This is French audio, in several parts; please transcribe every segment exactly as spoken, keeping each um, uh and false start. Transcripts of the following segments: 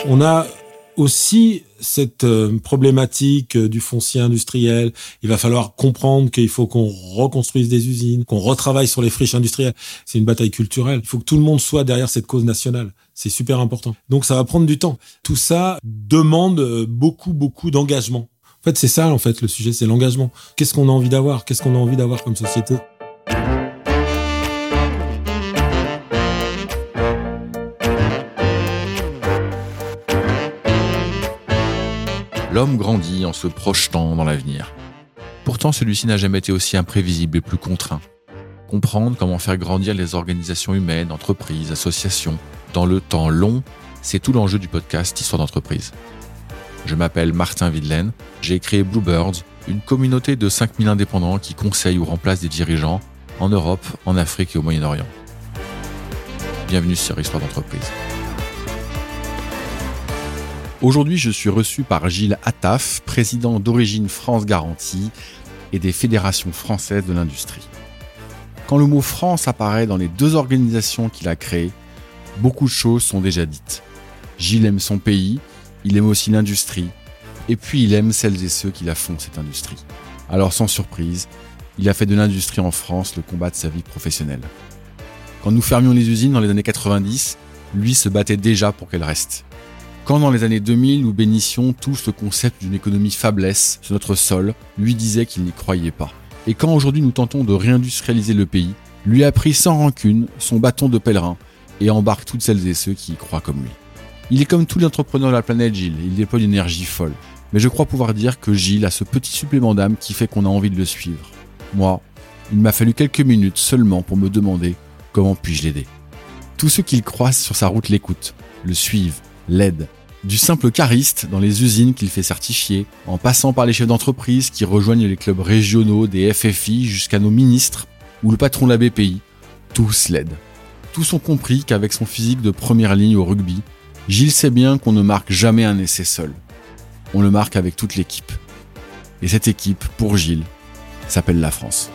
On a aussi cette euh, problématique euh, du foncier industriel. Il va falloir comprendre qu'il faut qu'on reconstruise des usines, qu'on retravaille sur les friches industrielles. C'est une bataille culturelle. Il faut que tout le monde soit derrière cette cause nationale. C'est super important. Donc ça va prendre du temps. Tout ça demande euh, beaucoup, beaucoup d'engagement. En fait, c'est ça, en fait, le sujet, c'est l'engagement. Qu'est-ce qu'on a envie d'avoir ? Qu'est-ce qu'on a envie d'avoir comme société ? L'homme grandit en se projetant dans l'avenir. Pourtant, celui-ci n'a jamais été aussi imprévisible et plus contraint. Comprendre comment faire grandir les organisations humaines, entreprises, associations, dans le temps long, c'est tout l'enjeu du podcast Histoire d'entreprise. Je m'appelle Martin Videlaine, j'ai créé Bluebirds, une communauté de cinq mille indépendants qui conseillent ou remplacent des dirigeants en Europe, en Afrique et au Moyen-Orient. Bienvenue sur Histoire d'entreprise. Aujourd'hui, je suis reçu par Gilles Attaf, président d'Origine France Garantie et des fédérations françaises de l'industrie. Quand le mot France apparaît dans les deux organisations qu'il a créées, beaucoup de choses sont déjà dites. Gilles aime son pays, il aime aussi l'industrie, et puis il aime celles et ceux qui la font, cette industrie. Alors sans surprise, il a fait de l'industrie en France le combat de sa vie professionnelle. Quand nous fermions les usines dans les années quatre-vingt-dix, lui se battait déjà pour qu'elles restent. Quand dans les années deux mille, nous bénissions tous le concept d'une économie faiblesse sur notre sol, lui disait qu'il n'y croyait pas. Et quand aujourd'hui nous tentons de réindustrialiser le pays, lui a pris sans rancune son bâton de pèlerin et embarque toutes celles et ceux qui y croient comme lui. Il est comme tous les entrepreneurs de la planète Gilles, il déploie une énergie folle. Mais je crois pouvoir dire que Gilles a ce petit supplément d'âme qui fait qu'on a envie de le suivre. Moi, il m'a fallu quelques minutes seulement pour me demander comment puis-je l'aider. Tous ceux qu'il croise sur sa route l'écoutent, le suivent, l'aident. Du simple cariste dans les usines qu'il fait certifier, en passant par les chefs d'entreprise qui rejoignent les clubs régionaux des F F I jusqu'à nos ministres ou le patron de la B P I, tous l'aident. Tous ont compris qu'avec son physique de première ligne au rugby, Gilles sait bien qu'on ne marque jamais un essai seul. On le marque avec toute l'équipe. Et cette équipe, pour Gilles, s'appelle la France.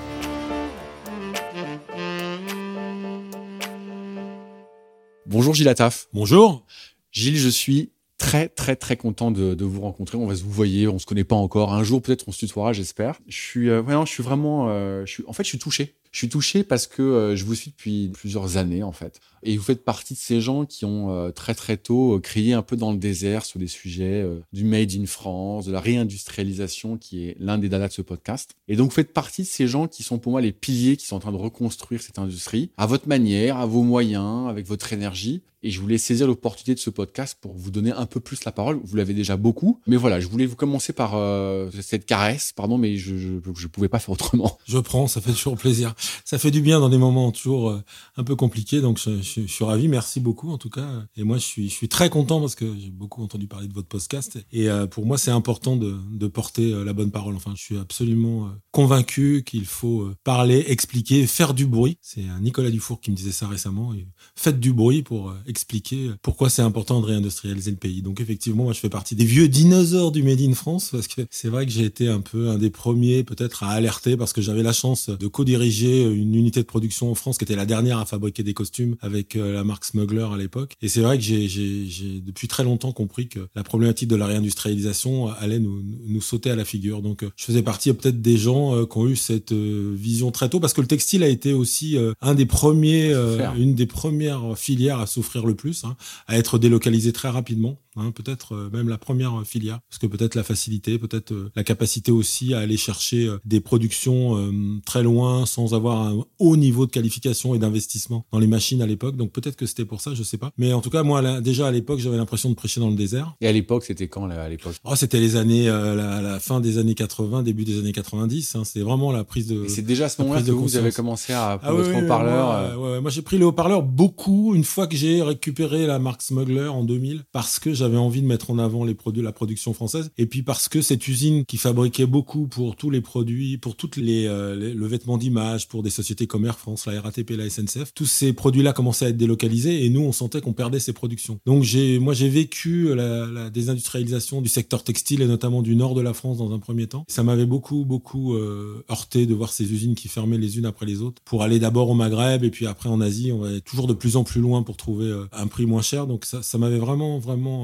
Bonjour Gilles Attaf. Bonjour. Gilles, je suis très très très content de, de vous rencontrer. On va se vous voyer, on se connaît pas encore. Un jour peut-être on se tutoiera, j'espère. Je suis, euh, ouais, non, je suis vraiment, euh, je suis, en fait, je suis touché. Je suis touché parce que euh, je vous suis depuis plusieurs années en fait, et vous faites partie de ces gens qui ont euh, très très tôt euh, crié un peu dans le désert sur des sujets euh, du Made in France, de la réindustrialisation qui est l'un des dadas de ce podcast. Et donc vous faites partie de ces gens qui sont pour moi les piliers qui sont en train de reconstruire cette industrie à votre manière, à vos moyens, avec votre énergie. Et je voulais saisir l'opportunité de ce podcast pour vous donner un peu plus la parole. Vous l'avez déjà beaucoup, mais voilà, je voulais vous commencer par euh, cette caresse, pardon, mais je, je je pouvais pas faire autrement. Je prends, ça fait toujours plaisir. Ça fait du bien dans des moments toujours euh, un peu compliqués, donc je, je, je suis ravi. Merci beaucoup en tout cas. Et moi, je suis je suis très content parce que j'ai beaucoup entendu parler de votre podcast. Et euh, pour moi, c'est important de de porter euh, la bonne parole. Enfin, je suis absolument euh, convaincu qu'il faut euh, parler, expliquer, faire du bruit. C'est euh, Nicolas Dufour qui me disait ça récemment. Et faites du bruit pour euh, expliquer pourquoi c'est important de réindustrialiser le pays. Donc effectivement, moi je fais partie des vieux dinosaures du Made in France parce que c'est vrai que j'ai été un peu un des premiers peut-être à alerter parce que j'avais la chance de co-diriger une unité de production en France qui était la dernière à fabriquer des costumes avec la marque Smuggler à l'époque. Et c'est vrai que j'ai, j'ai, j'ai depuis très longtemps compris que la problématique de la réindustrialisation allait nous, nous sauter à la figure. Donc je faisais partie peut-être des gens qui ont eu cette vision très tôt parce que le textile a été aussi un des premiers, une des premières filières à souffrir le plus, hein, à être délocalisé très rapidement, hein, peut-être euh, même la première filière, parce que peut-être la facilité, peut-être euh, la capacité aussi à aller chercher euh, des productions euh, très loin sans avoir un haut niveau de qualification et d'investissement dans les machines à l'époque. Donc peut-être que c'était pour ça, je sais pas. Mais en tout cas, moi là, déjà à l'époque, j'avais l'impression de prêcher dans le désert. Et à l'époque, c'était quand là, à l'époque Oh, c'était les années, euh, la, la fin des années quatre-vingts, début des années quatre-vingt-dix. Hein, c'était vraiment la prise de. Et c'est déjà à ce moment-là que vous avez commencé à prendre ah, votre oui, haut-parleur. Moi, euh... ouais, ouais, moi j'ai pris les haut-parleurs beaucoup une fois que j'ai récupéré la marque Smuggler en deux mille parce que j'avais envie de mettre en avant les produits, la production française, et puis parce que cette usine qui fabriquait beaucoup pour tous les produits, pour toutes les, euh, les le vêtement d'image, pour des sociétés comme Air France, la R A T P, la S N C F, tous ces produits-là commençaient à être délocalisés et nous on sentait qu'on perdait ces productions. Donc j'ai, moi j'ai vécu la, la désindustrialisation du secteur textile et notamment du nord de la France dans un premier temps. Ça m'avait beaucoup beaucoup euh, heurté de voir ces usines qui fermaient les unes après les autres pour aller d'abord au Maghreb et puis après en Asie. On va toujours de plus en plus loin pour trouver euh, un prix moins cher. Donc ça, ça m'avait vraiment vraiment euh,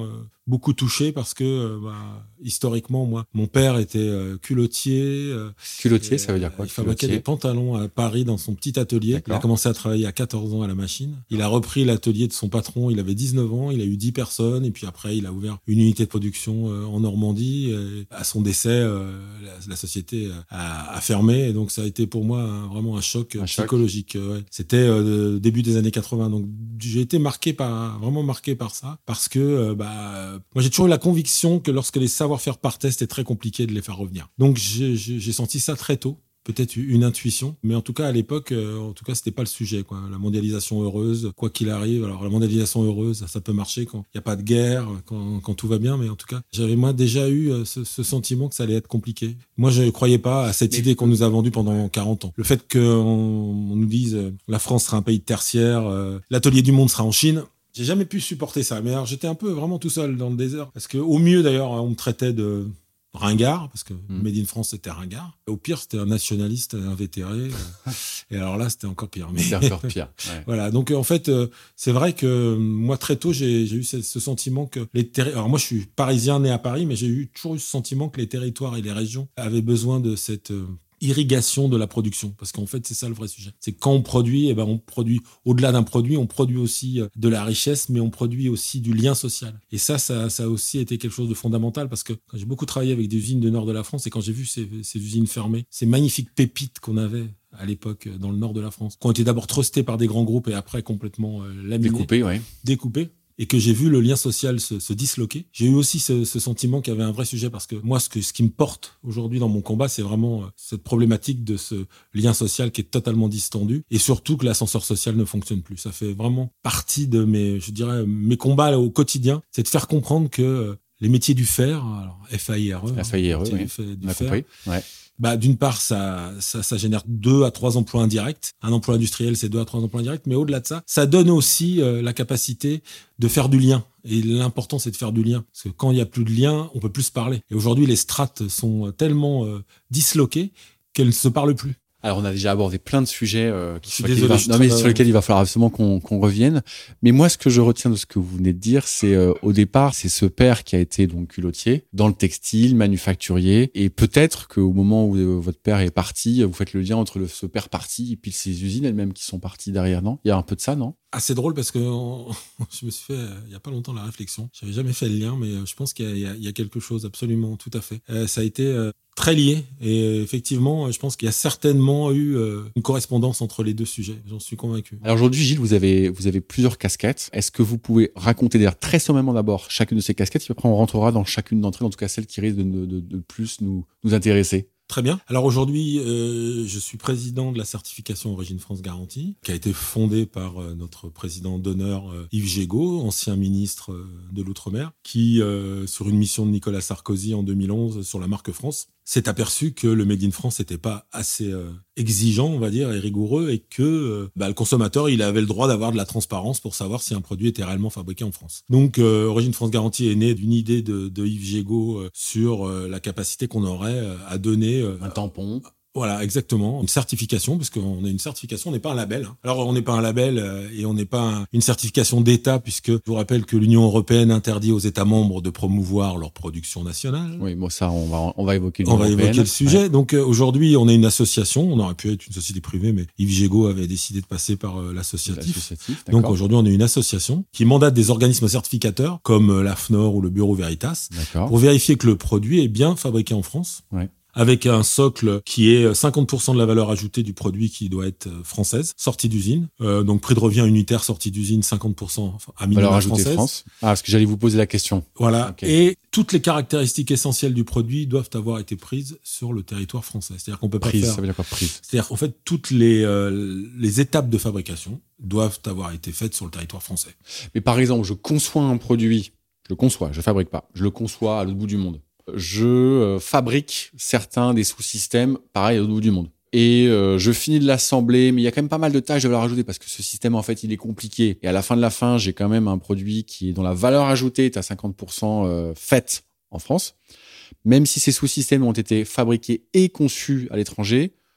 beaucoup touché parce que euh, bah, historiquement, moi, mon père était euh, culottier. Euh, culottier, et, ça veut dire quoi? Il fabriquait des pantalons à Paris dans son petit atelier. D'accord. Il a commencé à travailler à quatorze ans à la machine. Il a repris l'atelier de son patron. Il avait dix-neuf ans. Il a eu dix personnes. Et puis après, il a ouvert une unité de production euh, en Normandie. Et à son décès, euh, la, la société a, a fermé. Et donc, ça a été pour moi un, vraiment un choc un psychologique. Choc. Ouais. C'était euh, début des années quatre-vingts. Donc, j'ai été marqué par, vraiment marqué par ça. Parce que, euh, bah, moi, j'ai toujours eu la conviction que lorsque les savoir-faire partaient, c'était très compliqué de les faire revenir. Donc, j'ai, j'ai, j'ai senti ça très tôt. Peut-être une intuition, mais en tout cas à l'époque, euh, en tout cas c'était pas le sujet, quoi. La mondialisation heureuse, quoi qu'il arrive. Alors la mondialisation heureuse, ça, ça peut marcher quand il y a pas de guerre, quand, quand tout va bien, mais en tout cas j'avais moi déjà eu euh, ce, ce sentiment que ça allait être compliqué. Moi je ne croyais pas à cette mais idée qu'on nous a vendue pendant quarante ans. Le fait qu'on on nous dise euh, la France sera un pays de tertiaire, euh, l'atelier du monde sera en Chine. J'ai jamais pu supporter ça. Mais alors j'étais un peu vraiment tout seul dans le désert, parce que au mieux d'ailleurs on me traitait de ringard, parce que mmh. Made in France, c'était ringard. Au pire, c'était un nationaliste invétéré. Et alors là, c'était encore pire. Mais... C'était encore pire. Ouais. Voilà. Donc, en fait, euh, c'est vrai que moi, très tôt, j'ai, j'ai eu ce, ce sentiment que les territoires... Alors moi, je suis parisien, né à Paris, mais j'ai eu toujours eu ce sentiment que les territoires et les régions avaient besoin de cette... Euh, irrigation de la production, parce qu'en fait c'est ça le vrai sujet. C'est quand on produit, eh ben on produit au-delà d'un produit, on produit aussi de la richesse, mais on produit aussi du lien social. Et ça, ça, ça a aussi été quelque chose de fondamental, parce que quand j'ai beaucoup travaillé avec des usines du nord de la France et quand j'ai vu ces, ces usines fermées, ces magnifiques pépites qu'on avait à l'époque dans le nord de la France, qui ont été d'abord trustées par des grands groupes et après complètement euh, laminées, découpées, ouais, découpées. Et que j'ai vu le lien social se, se disloquer. J'ai eu aussi ce, ce sentiment qu'il y avait un vrai sujet, parce que moi, ce, que, ce qui me porte aujourd'hui dans mon combat, c'est vraiment cette problématique de ce lien social qui est totalement distendu, et surtout que l'ascenseur social ne fonctionne plus. Ça fait vraiment partie de mes, je dirais, mes combats là, au quotidien, c'est de faire comprendre que les métiers du fer, alors F A I R E, F A I R E, hein, oui. du, du On a fer, compris. Ouais. Bah, d'une part, ça, ça, ça génère deux à trois emplois indirects. Un emploi industriel, c'est deux à trois emplois indirects. Mais au-delà de ça, ça donne aussi euh, la capacité de faire du lien. Et l'important, c'est de faire du lien. Parce que quand il n'y a plus de lien, on peut plus se parler. Et aujourd'hui, les strates sont tellement euh, disloquées qu'elles ne se parlent plus. Alors, on a déjà abordé plein de sujets euh, qui, sur, désolé, lesquels il va, non, mais sur lesquels il va falloir absolument qu'on, qu'on revienne. Mais moi, ce que je retiens de ce que vous venez de dire, c'est euh, au départ, c'est ce père qui a été donc culottier dans le textile, manufacturier. Et peut-être qu'au moment où euh, votre père est parti, vous faites le lien entre le, ce père parti et puis ces usines elles-mêmes qui sont parties derrière, non? Il y a un peu de ça, non? Ah, c'est drôle parce que on, je me suis fait, euh, il y a pas longtemps, la réflexion. J'avais jamais fait le lien, mais euh, je pense qu'il y a, il y a, il y a quelque chose, absolument, tout à fait. Euh, ça a été euh, très lié. Et euh, effectivement, je pense qu'il y a certainement eu euh, une correspondance entre les deux sujets. J'en suis convaincu. Alors aujourd'hui, Gilles, vous avez, vous avez plusieurs casquettes. Est-ce que vous pouvez raconter d'ailleurs très sommairement d'abord chacune de ces casquettes, puis après on rentrera dans chacune d'entre elles, en tout cas celle qui risque de, de, de, de plus nous, nous intéresser? Très bien. Alors aujourd'hui, euh, je suis président de la certification Origine France Garantie, qui a été fondée par euh, notre président d'honneur euh, Yves Gégaud, ancien ministre euh, de l'Outre-mer, qui, euh, sur une mission de Nicolas Sarkozy en deux mille onze sur la marque France, s'est aperçu que le Made in France n'était pas assez euh, exigeant, on va dire, et rigoureux, et que euh, bah, le consommateur, il avait le droit d'avoir de la transparence pour savoir si un produit était réellement fabriqué en France. Donc, euh, Origine France Garantie est née d'une idée de, de Yves Gégaud euh, sur euh, la capacité qu'on aurait euh, à donner... Euh, un tampon. Voilà, exactement. Une certification, parce qu'on a une certification, on n'est pas un label. Hein. Alors, on n'est pas un label euh, et on n'est pas un, une certification d'État, puisque je vous rappelle que l'Union européenne interdit aux États membres de promouvoir leur production nationale. Oui, bon, ça, on va, on va évoquer l'Union On va européenne. évoquer le sujet. Ouais. Donc, euh, aujourd'hui, on est une association. On aurait pu être une société privée, mais Yves Gégaud avait décidé de passer par euh, l'associatif. l'associatif Donc, aujourd'hui, on est une association qui mandate des organismes certificateurs, comme euh, l'A F N O R ou le Bureau Veritas, d'accord, pour vérifier que le produit est bien fabriqué en France. Ouais. Avec un socle qui est cinquante pour cent de la valeur ajoutée du produit qui doit être française, sortie d'usine. Euh, donc prix de revient unitaire sortie d'usine, cinquante pour cent à minimum valeur française. Ajoutée France. Ah, parce que j'allais vous poser la question. Voilà. Okay. Et toutes les caractéristiques essentielles du produit doivent avoir été prises sur le territoire français. C'est-à-dire qu'on peut pas prise, faire... ça veut dire quoi, prise? C'est-à-dire qu'en fait, toutes les, euh, les étapes de fabrication doivent avoir été faites sur le territoire français. Mais par exemple, je conçois un produit, je le conçois, je fabrique pas, je le conçois à l'autre bout du monde. Je euh, fabrique certains des sous-systèmes, pareil, au bout du monde. Et euh, je finis de l'assembler, mais il y a quand même pas mal de tâches de valeur ajoutée parce que ce système, en fait, il est compliqué. Et à la fin de la fin, j'ai quand même un produit qui est dont la valeur ajoutée est à cinquante pour cent euh, faite en France. Même si ces sous-systèmes ont été fabriqués et conçus à l'étranger,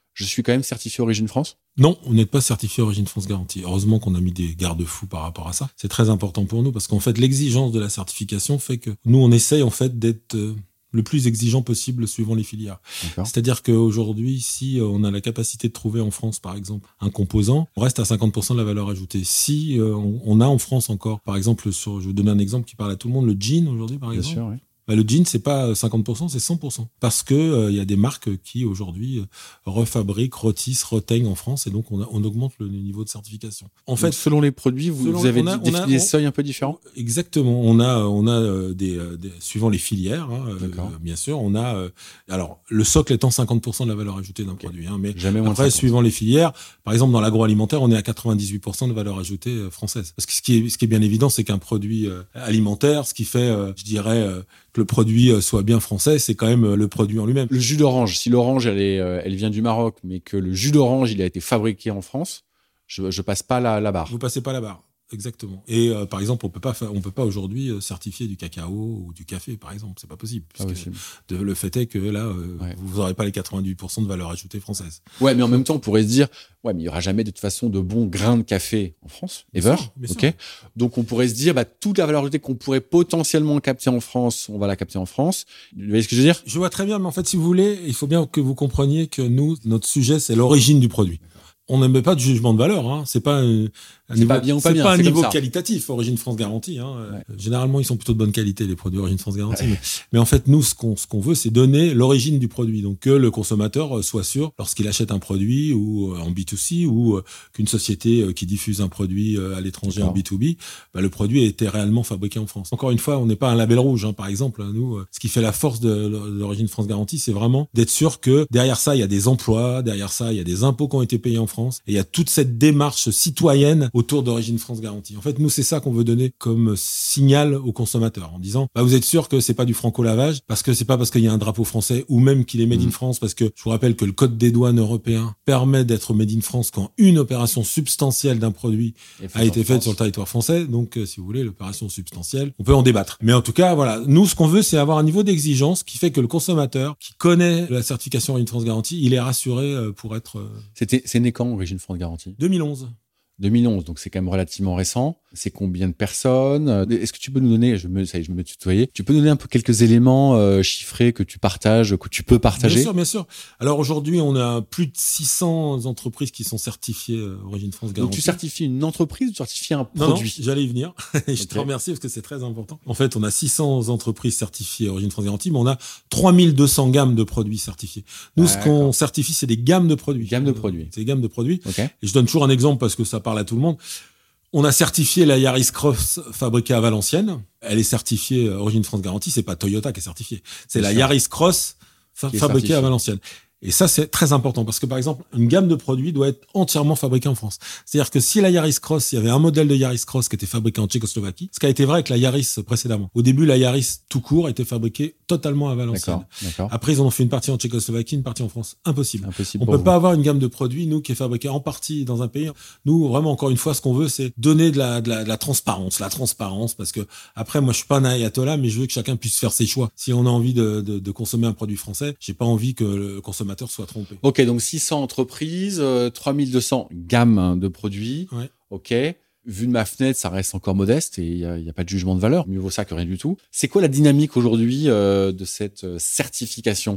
je suis quand même certifié Origine France ? Non, on n'est pas certifié Origine France Garantie. Heureusement qu'on a mis des garde-fous par rapport à ça. C'est très important pour nous parce qu'en fait, l'exigence de la certification fait que nous, on essaye en fait d'être euh, le plus exigeant possible suivant les filières. D'accord. C'est-à-dire qu'aujourd'hui, si on a la capacité de trouver en France, par exemple, un composant, on reste à cinquante pour cent de la valeur ajoutée. Si euh, on, on a en France encore, par exemple, sur, je vais donner un exemple qui parle à tout le monde, le jean aujourd'hui, par Bien exemple. sûr, oui. Bah, le jean, c'est pas cinquante pour cent, c'est cent pour cent. Parce que il euh, y a des marques qui, aujourd'hui, euh, refabriquent, retissent, reteignent en France et donc on, a, on augmente le niveau de certification. En Donc, fait, selon les produits, vous, selon, vous avez a, défini a, des on, seuils un peu différents ? Exactement. On a, on a euh, des, des, suivant les filières, hein, euh, bien sûr, on a, euh, alors, le socle étant cinquante pour cent de la valeur ajoutée d'un okay. produit, hein, mais Jamais moins après, suivant les filières, par exemple, dans l'agroalimentaire, on est à quatre-vingt-dix-huit pour cent de valeur ajoutée euh, française. Parce que ce qui est, ce qui est bien évident, c'est qu'un produit euh, alimentaire, ce qui fait, euh, je dirais, euh, que le produit soit bien français, c'est quand même le produit en lui-même. Le jus d'orange, si l'orange elle est, elle vient du Maroc, mais que le jus d'orange il a été fabriqué en France, je, je passe pas la, la barre. Vous passez pas la barre. Exactement. Et euh, par exemple, on peut pas faire, on peut pas aujourd'hui euh, certifier du cacao ou du café, par exemple. C'est pas possible. Pas possible. De, le fait est que là, euh, ouais. vous aurez pas les quatre-vingt-dix pour cent de valeur ajoutée française. Ouais, mais en même temps, on pourrait se dire, ouais, mais il y aura jamais de toute façon de bons grains de café en France, ever. Ok. Sûr. Donc on pourrait se dire, bah toute la valeur ajoutée qu'on pourrait potentiellement capter en France, on va la capter en France. Vous voyez ce que je veux dire ? Je vois très bien, mais en fait, si vous voulez, il faut bien que vous compreniez que nous, notre sujet, c'est l'origine du produit. On n'aime pas de jugement de valeur, hein. C'est pas un, un niveau, pas bien ou pas c'est bien, pas un c'est niveau qualitatif. Origine France Garantie, hein. Ouais. Généralement, ils sont plutôt de bonne qualité, les produits Origine France Garantie. Ouais. Mais, mais en fait, nous, ce qu'on, ce qu'on veut, c'est donner l'origine du produit. Donc, que le consommateur soit sûr, lorsqu'il achète un produit ou en B deux C ou euh, qu'une société qui diffuse un produit à l'étranger en B deux B, bah, le produit a été réellement fabriqué en France. Encore une fois, on n'est pas un label rouge, hein. Par exemple, nous, ce qui fait la force de, de l'Origine France Garantie, c'est vraiment d'être sûr que derrière ça, il y a des emplois, derrière ça, il y a des impôts qui ont été payés en France. Et il y a toute cette démarche citoyenne autour d'Origine France Garantie. En fait, nous, c'est ça qu'on veut donner comme signal aux consommateurs en disant, bah, vous êtes sûr que c'est pas du franco-lavage parce que c'est pas parce qu'il y a un drapeau français ou même qu'il est made in France, parce que je vous rappelle que le code des douanes européen permet d'être made in France quand une opération substantielle d'un produit a été faite sur le territoire français. Donc, euh, si vous voulez, l'opération substantielle, on peut en débattre. Mais en tout cas, voilà. Nous, ce qu'on veut, c'est avoir un niveau d'exigence qui fait que le consommateur qui connaît la certification Origine France Garantie, il est rassuré pour être... Euh... C'était, c'est né quand, Origine France Garantie ? deux mille onze. deux mille onze, donc c'est quand même relativement récent. C'est combien de personnes ? Est-ce que tu peux nous donner, je me, ça y est, je me tutoyais, tu peux nous donner un peu quelques éléments euh, chiffrés que tu partages, que tu peux partager ? Bien sûr, bien sûr. Alors aujourd'hui, on a plus de six cents entreprises qui sont certifiées euh, Origine France Garantie. Donc tu certifies une entreprise ou tu certifies un produit ? Non, non, j'allais y venir. Je okay. te remercie parce que c'est très important. En fait, on a six cents entreprises certifiées Origine France Garantie, mais on a trois mille deux cents gammes de produits certifiés. Nous, ah, ce qu'on d'accord. certifie, c'est des gammes de produits. Gamme de produits. C'est des gammes de produits. Okay. Et je donne toujours un exemple parce que ça parle à tout le monde. On a certifié la Yaris Cross fabriquée à Valenciennes. Elle est certifiée Origine France Garantie. C'est pas Toyota qui est certifiée. C'est Bien la sûr. Yaris Cross fa- fabriquée certifiée. à Valenciennes. Et ça, c'est très important parce que, par exemple, une gamme de produits doit être entièrement fabriquée en France. C'est-à-dire que si la Yaris Cross, il y avait un modèle de Yaris Cross qui était fabriqué en Tchécoslovaquie, ce qui a été vrai avec la Yaris précédemment. Au début, la Yaris tout court était fabriquée totalement à Valenciennes. D'accord, d'accord. Après, ils en ont fait une partie en Tchécoslovaquie, une partie en France. Impossible. Impossible On peut vous. pas avoir une gamme de produits, nous, qui est fabriquée en partie dans un pays. Nous, vraiment, encore une fois, ce qu'on veut, c'est donner de la, de la, de la transparence, la transparence, parce que après, moi, je suis pas un ayatollah, mais je veux que chacun puisse faire ses choix. Si on a envie de, de, de consommer un produit français, j'ai pas envie que le consommateur soit trompé. Ok, donc six cents entreprises, euh, trois mille deux cents gammes de produits. Ouais. Ok. Vu de ma fenêtre, ça reste encore modeste et il y a, y a pas de jugement de valeur. Mieux vaut ça que rien du tout. C'est quoi la dynamique aujourd'hui euh, de cette euh, certification ?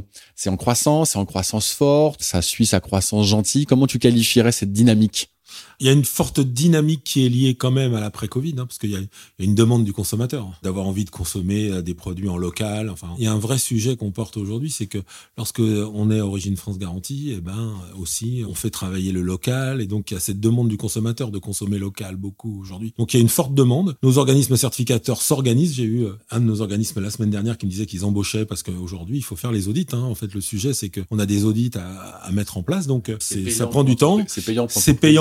C'est en croissance, c'est en croissance forte, ça suit sa croissance gentille. Comment tu qualifierais cette dynamique ? Il y a une forte dynamique qui est liée quand même à l'après-Covid, hein, parce qu'il y a, il y a une demande du consommateur, hein, d'avoir envie de consommer des produits en local. Enfin, il y a un vrai sujet qu'on porte aujourd'hui, c'est que lorsque on est Origine France Garantie, eh ben aussi on fait travailler le local, et donc il y a cette demande du consommateur de consommer local beaucoup aujourd'hui. Donc il y a une forte demande. Nos organismes certificateurs s'organisent. J'ai eu un de nos organismes la semaine dernière qui me disait qu'ils embauchaient parce qu'aujourd'hui il faut faire les audits. Hein. En fait, le sujet c'est que on a des audits à, à mettre en place, donc c'est, c'est ça prend du temps. C'est payant pour c'est payant pour l'entreprise.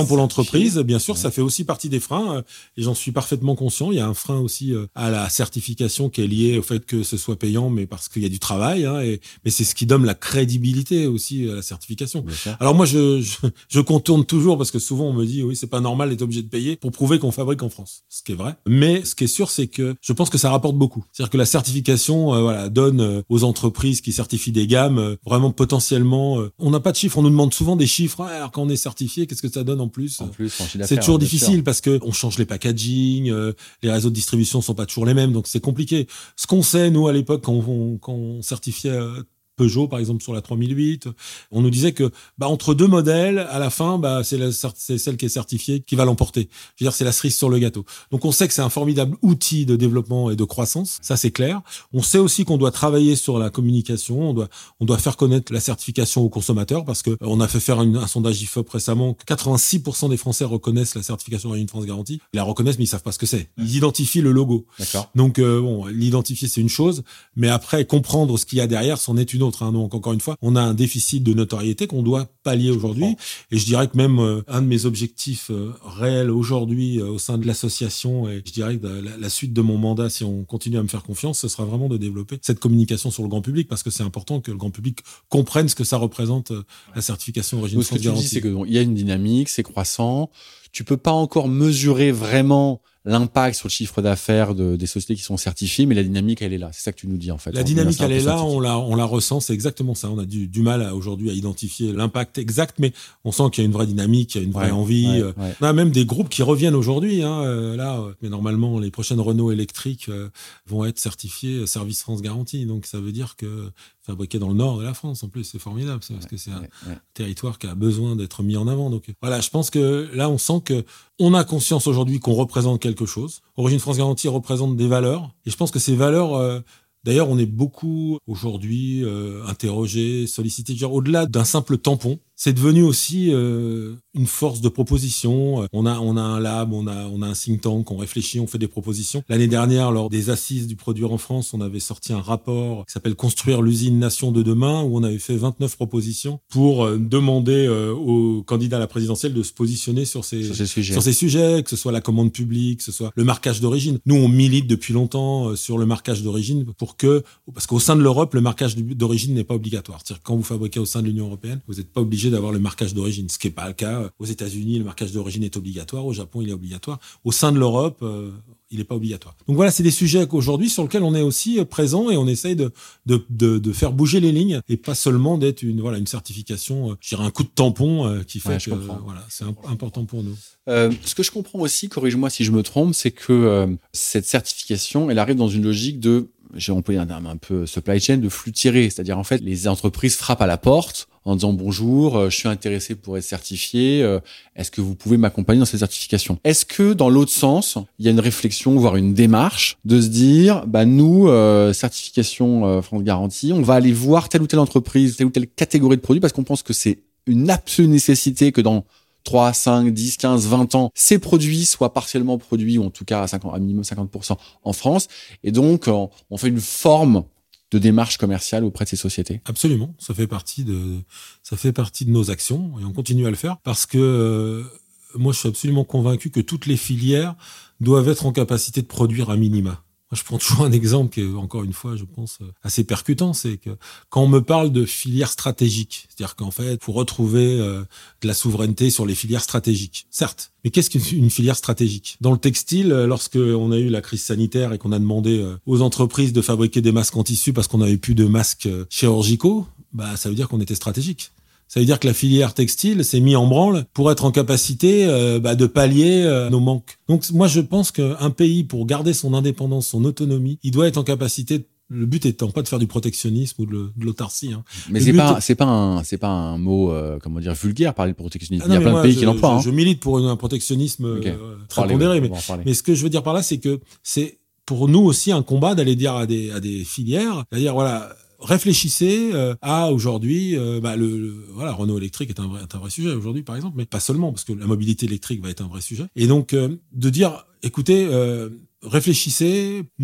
entreprises, bien sûr, ouais. Ça fait aussi partie des freins, euh, et j'en suis parfaitement conscient. Il y a un frein aussi euh, à la certification qui est lié au fait que ce soit payant, mais parce qu'il y a du travail, hein, et, mais c'est ce qui donne la crédibilité aussi à la certification. Alors moi, je, je, je contourne toujours parce que souvent on me dit, oui, c'est pas normal d'être obligé de payer pour prouver qu'on fabrique en France. Ce qui est vrai. Mais ce qui est sûr, c'est que je pense que ça rapporte beaucoup. C'est-à-dire que la certification, euh, voilà, donne euh, aux entreprises qui certifient des gammes euh, vraiment potentiellement. Euh, on n'a pas de chiffres. On nous demande souvent des chiffres. Ah, alors quand on est certifié, qu'est-ce que ça donne en plus En plus, c'est toujours difficile sûr. Parce que on change les packaging, euh, les réseaux de distribution sont pas toujours les mêmes, donc c'est compliqué. Ce qu'on sait nous à l'époque quand on, quand on certifiait euh, Peugeot, par exemple, sur la trois mille huit, on nous disait que bah, entre deux modèles, à la fin, bah, c'est, la, c'est celle qui est certifiée qui va l'emporter. Je veux dire, c'est la cerise sur le gâteau. Donc, on sait que c'est un formidable outil de développement et de croissance. Ça, c'est clair. On sait aussi qu'on doit travailler sur la communication. On doit, on doit faire connaître la certification aux consommateurs parce que on a fait faire une, un sondage I F O P récemment. quatre-vingt-six pour cent des Français reconnaissent la certification d'origine France Garantie. Ils la reconnaissent, mais ils savent pas ce que c'est. Ils identifient le logo. D'accord. Donc, euh, bon, l'identifier, c'est une chose, mais après, comprendre ce qu'il y a derrière, c'en est une autre. Hein. Donc, encore une fois, on a un déficit de notoriété qu'on doit pallier aujourd'hui. Et je dirais que même euh, un de mes objectifs euh, réels aujourd'hui euh, au sein de l'association, et je dirais que la, la suite de mon mandat, si on continue à me faire confiance, ce sera vraiment de développer cette communication sur le grand public, parce que c'est important que le grand public comprenne ce que ça représente, euh, la certification Origine Donc, France Garantie. Ce que tu dis, c'est qu'il bon, y a une dynamique, c'est croissant. Tu peux pas encore mesurer vraiment l'impact sur le chiffre d'affaires de, des sociétés qui sont certifiées, mais la dynamique, elle est là. C'est ça que tu nous dis, en fait. La dynamique, elle est là, on la, on la ressent, c'est exactement ça. On a du, du mal à, aujourd'hui à identifier l'impact exact, mais on sent qu'il y a une vraie dynamique, il y a une vraie ouais, envie. Ouais, euh, ouais. On a même des groupes qui reviennent aujourd'hui, hein, euh, là, euh, mais normalement, les prochaines Renault électriques euh, vont être certifiées Service France Garantie. Donc, ça veut dire que fabriqué dans le nord de la France, en plus, c'est formidable, ça, parce ouais, que c'est un ouais, ouais. territoire qui a besoin d'être mis en avant. Donc, voilà, je pense que là, on sent que on a conscience aujourd'hui qu'on représente quelque chose. Origine France Garantie représente des valeurs. Et je pense que ces valeurs, euh, d'ailleurs, on est beaucoup aujourd'hui euh, interrogés, sollicités. Genre, au-delà d'un simple tampon, c'est devenu aussi euh, une force de proposition. On a, on a un lab, on a, on a un think tank, on réfléchit, on fait des propositions. L'année dernière, lors des assises du produire en France, on avait sorti un rapport qui s'appelle Construire l'usine nation de demain, où on avait fait vingt-neuf propositions pour euh, demander euh, aux candidats à la présidentielle de se positionner sur ces, sur ces sujets. sur ces sujets, que ce soit la commande publique, que ce soit le marquage d'origine. Nous, on milite depuis longtemps euh, sur le marquage d'origine pour que, parce qu'au sein de l'Europe, le marquage d'origine n'est pas obligatoire. C'est-à-dire que quand vous fabriquez au sein de l'Union européenne, vous n'êtes pas obligé d'avoir le marquage d'origine, ce qui n'est pas le cas. Aux États-Unis, le marquage d'origine est obligatoire. Au Japon, il est obligatoire. Au sein de l'Europe, euh, il n'est pas obligatoire. Donc voilà, c'est des sujets aujourd'hui sur lesquels on est aussi présent et on essaye de, de, de, de faire bouger les lignes et pas seulement d'être une, voilà, une certification, euh, je dirais un coup de tampon euh, qui fait ouais, que euh, voilà, c'est un, important pour nous. Euh, ce que je comprends aussi, corrige-moi si je me trompe, c'est que euh, cette certification, elle arrive dans une logique de, j'ai employé un terme un peu supply chain, de flux tiré. C'est-à-dire, en fait, les entreprises frappent à la porte en disant bonjour, euh, je suis intéressé pour être certifié, euh, est-ce que vous pouvez m'accompagner dans cette certification? Est-ce que dans l'autre sens, il y a une réflexion, voire une démarche de se dire, bah nous, euh, certification euh, France Garantie, on va aller voir telle ou telle entreprise, telle ou telle catégorie de produits parce qu'on pense que c'est une absolue nécessité que dans trois, cinq, dix, quinze, vingt ans, ces produits soient partiellement produits, ou en tout cas à, cinquante, à minimum cinquante pour cent en France. Et donc, on fait une forme de démarche commerciale auprès de ces sociétés. Absolument, ça fait partie de, ça fait partie de nos actions et on continue à le faire parce que euh, moi, je suis absolument convaincu que toutes les filières doivent être en capacité de produire un minima. Moi, je prends toujours un exemple qui est, encore une fois, je pense, assez percutant, c'est que quand on me parle de filières stratégiques, c'est-à-dire qu'en fait, il faut retrouver euh, de la souveraineté sur les filières stratégiques. Certes, mais qu'est-ce qu'une filière stratégique? Dans le textile, lorsque on a eu la crise sanitaire et qu'on a demandé aux entreprises de fabriquer des masques en tissu parce qu'on n'avait plus de masques chirurgicaux, bah ça veut dire qu'on était stratégique. Ça veut dire que la filière textile s'est mise en branle pour être en capacité euh, bah, de pallier euh, nos manques. Donc moi, je pense qu'un pays, pour garder son indépendance, son autonomie, il doit être en capacité de... Le but étant pas de faire du protectionnisme ou de, de l'autarcie. Hein. Mais le c'est pas, est... c'est pas un, c'est pas un mot, euh, comment dire, vulgaire, parler de protectionnisme. Ah non, il y a plein moi, de pays je, qui l'emploient. Je, hein. je milite pour un protectionnisme okay. euh, très pondéré. Mais, mais ce que je veux dire par là, c'est que c'est pour nous aussi un combat d'aller dire à des, à des filières, c'est-à-dire voilà. Réfléchissez euh, à aujourd'hui, euh, bah, le, le voilà, Renault électrique est un vrai, est un vrai sujet aujourd'hui par exemple, mais pas seulement parce que la mobilité électrique va être un vrai sujet. Et donc euh, de dire, écoutez, euh, réfléchissez, nous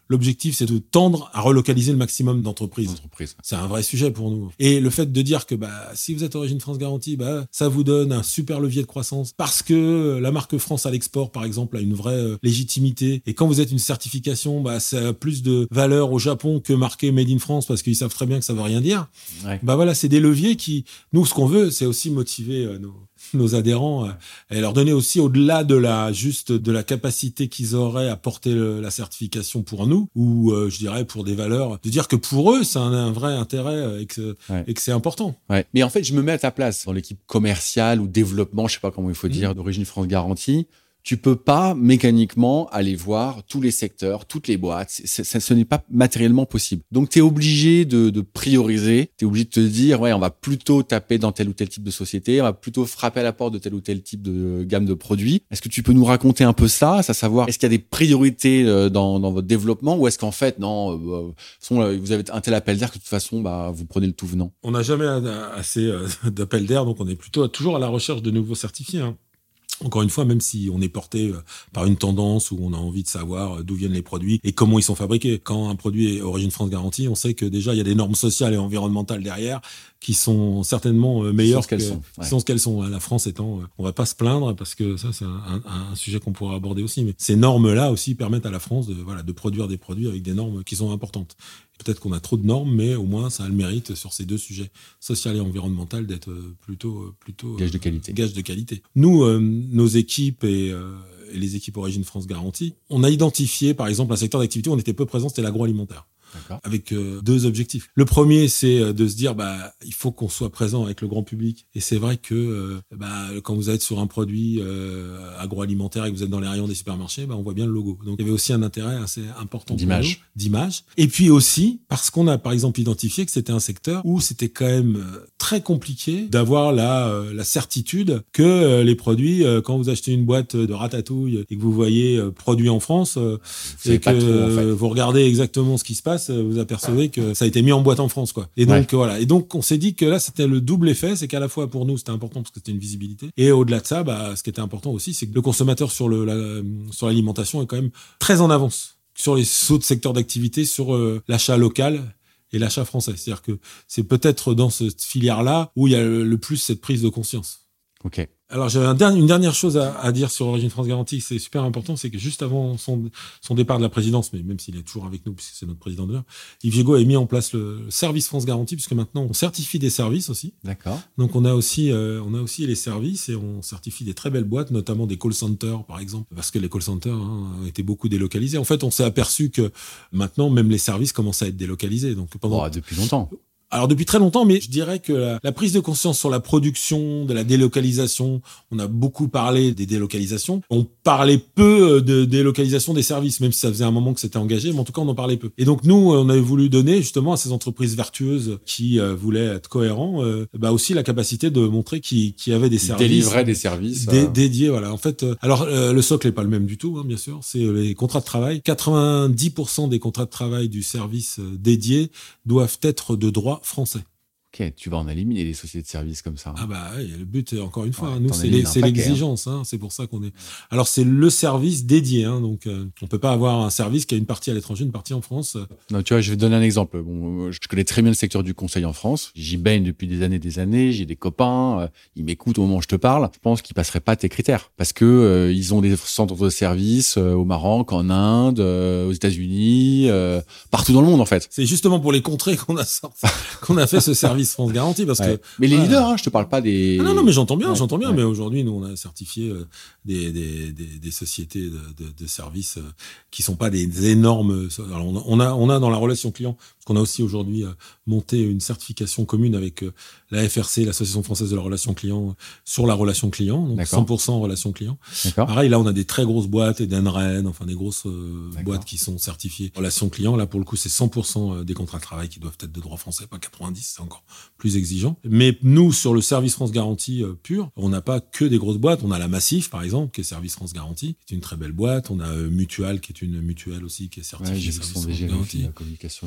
l'objectif, c'est de tendre à relocaliser le maximum d'entreprises. Entreprise. C'est un vrai sujet pour nous. Et le fait de dire que bah, si vous êtes Origine France Garantie, bah, ça vous donne un super levier de croissance parce que la marque France à l'export, par exemple, a une vraie légitimité. Et quand vous êtes une certification, bah, ça a plus de valeur au Japon que marqué Made in France parce qu'ils savent très bien que ça veut rien dire. Ouais. Bah voilà, c'est des leviers qui, nous, ce qu'on veut, c'est aussi motiver euh, nos, nos adhérents euh, et leur donner aussi, au-delà de la juste de la capacité qu'ils auraient à porter le, la certification pour nous, ou euh, je dirais pour des valeurs, de dire que pour eux, c'est un, un vrai intérêt euh, et que, ouais. et que c'est important. Ouais. Mais en fait, je me mets à ta place dans l'équipe commerciale ou développement, je sais pas comment il faut dire, mmh. d'Origine France Garantie. Tu peux pas mécaniquement aller voir tous les secteurs, toutes les boîtes. C'est, c'est, ce n'est pas matériellement possible. Donc, tu es obligé de, de prioriser. Tu es obligé de te dire, ouais, on va plutôt taper dans tel ou tel type de société. On va plutôt frapper à la porte de tel ou tel type de gamme de produits. Est-ce que tu peux nous raconter un peu ça, à savoir, est-ce qu'il y a des priorités dans, dans votre développement ou est-ce qu'en fait, non, euh, façon, vous avez un tel appel d'air que de toute façon, bah, vous prenez le tout venant? On n'a jamais assez d'appels d'air, donc on est plutôt toujours à la recherche de nouveaux certifiés, hein. Encore une fois, même si on est porté par une tendance où on a envie de savoir d'où viennent les produits et comment ils sont fabriqués. Quand un produit est Origine France Garantie, on sait que déjà il y a des normes sociales et environnementales derrière qui sont certainement meilleures qu'elles sont. Ouais. sont ce qu'elles sont. La France étant, on va pas se plaindre parce que ça c'est un, un, un sujet qu'on pourra aborder aussi. Mais ces normes-là aussi permettent à la France de voilà de produire des produits avec des normes qui sont importantes. Peut-être qu'on a trop de normes, mais au moins ça a le mérite sur ces deux sujets, social et environnemental, d'être plutôt plutôt gage de qualité. Gage de qualité. Nous, euh, nos équipes et, euh, et les équipes Origine France Garantie, on a identifié par exemple un secteur d'activité où on était peu présent, c'était l'agroalimentaire. D'accord. Avec euh, deux objectifs. Le premier, c'est de se dire, bah, il faut qu'on soit présent avec le grand public. Et c'est vrai que euh, bah, quand vous êtes sur un produit euh, agroalimentaire et que vous êtes dans les rayons des supermarchés, bah, on voit bien le logo. Donc, il y avait aussi un intérêt assez important d'image. Pour nous, d'image. Et puis aussi, parce qu'on a, par exemple, identifié que c'était un secteur où c'était quand même très compliqué d'avoir la, euh, la certitude que euh, les produits, euh, quand vous achetez une boîte de ratatouille et que vous voyez euh, produit en France, euh, et que trop, en fait. Vous regardez exactement ce qui se passe, vous apercevez que ça a été mis en boîte en France, quoi. Et donc, ouais. voilà. Et donc, on s'est dit que là, c'était le double effet. C'est qu'à la fois, pour nous, c'était important parce que c'était une visibilité. Et au-delà de ça, bah, ce qui était important aussi, c'est que le consommateur sur le, la, sur l'alimentation est quand même très en avance sur les autres secteurs d'activité, sur euh, l'achat local et l'achat français. C'est-à-dire que c'est peut-être dans cette filière-là où il y a le, le plus cette prise de conscience. Ok. Alors, j'avais un dernier, une dernière chose à, à dire sur Origine France Garantie, c'est super important, c'est que juste avant son, son départ de la présidence, mais même s'il est toujours avec nous, puisque c'est notre président d'honneur, Yves Jégo a mis en place le service France Garantie, puisque maintenant on certifie des services aussi. D'accord. Donc on a aussi, euh, on a aussi les services et on certifie des très belles boîtes, notamment des call centers par exemple, parce que les call centers hein, ont été beaucoup délocalisés. En fait, on s'est aperçu que maintenant même les services commencent à être délocalisés. Donc pendant oh, depuis longtemps. Alors depuis très longtemps, mais je dirais que la, la prise de conscience sur la production, de la délocalisation, on a beaucoup parlé des délocalisations. On parlait peu de délocalisation des services, même si ça faisait un moment que c'était engagé, mais en tout cas on en parlait peu. Et donc nous, on avait voulu donner justement à ces entreprises vertueuses qui euh, voulaient être cohérents, euh, bah aussi la capacité de montrer qu'il qu'il y avait des services, délivrer des services dé- dédiés. Voilà. En fait, euh, alors euh, le socle n'est pas le même du tout, hein, bien sûr. C'est les contrats de travail. quatre-vingt-dix pour cent des contrats de travail du service euh, dédié doivent être de droit français. Ok, tu vas en éliminer des sociétés de services comme ça. Hein. Ah bah oui, le but, encore une fois, ouais, hein, nous c'est, les, c'est paquet, l'exigence, hein. Hein, c'est pour ça qu'on est. Alors c'est le service dédié, hein, donc euh, on peut pas avoir un service qui a une partie à l'étranger, une partie en France. Non, tu vois, je vais te donner un exemple. Bon, je connais très bien le secteur du conseil en France. J'y baigne depuis des années, des années. J'ai des copains, euh, ils m'écoutent au moment où je te parle. Je pense qu'ils passeraient pas tes critères parce que euh, ils ont des centres de services euh, au Maroc, en Inde, euh, aux États-Unis, euh, partout dans le monde en fait. C'est justement pour les contrer qu'on a sorti, qu'on a fait ce service France Garantie parce ouais. que. Mais les voilà. leaders, hein, je te parle pas des. Ah non, non, mais j'entends bien, ouais. j'entends bien. Ouais. Mais aujourd'hui, nous, on a certifié euh, des, des, des, des sociétés de, de, de services euh, qui sont pas des, des énormes. Alors on a, on a, on a dans la relation client, parce qu'on a aussi aujourd'hui euh, monté une certification commune avec euh, la F R C, l'Association française de la relation client, euh, sur la relation client, donc D'accord. cent pour cent relation client. D'accord. Pareil, là, on a des très grosses boîtes, et d'Enren, enfin des grosses euh, boîtes qui sont certifiées relation client. Là, pour le coup, c'est cent pour cent des contrats de travail qui doivent être de droit français, pas quatre-vingt-dix, c'est encore plus exigeant. Mais nous, sur le service France Garantie euh, pur, on n'a pas que des grosses boîtes. On a la Massif, par exemple, qui est service France Garantie, qui est une très belle boîte. On a euh, Mutual, qui est une mutuelle aussi, qui est certifiée ouais, j'ai service France Garantie. La communication aujourd'hui sur LinkedIn.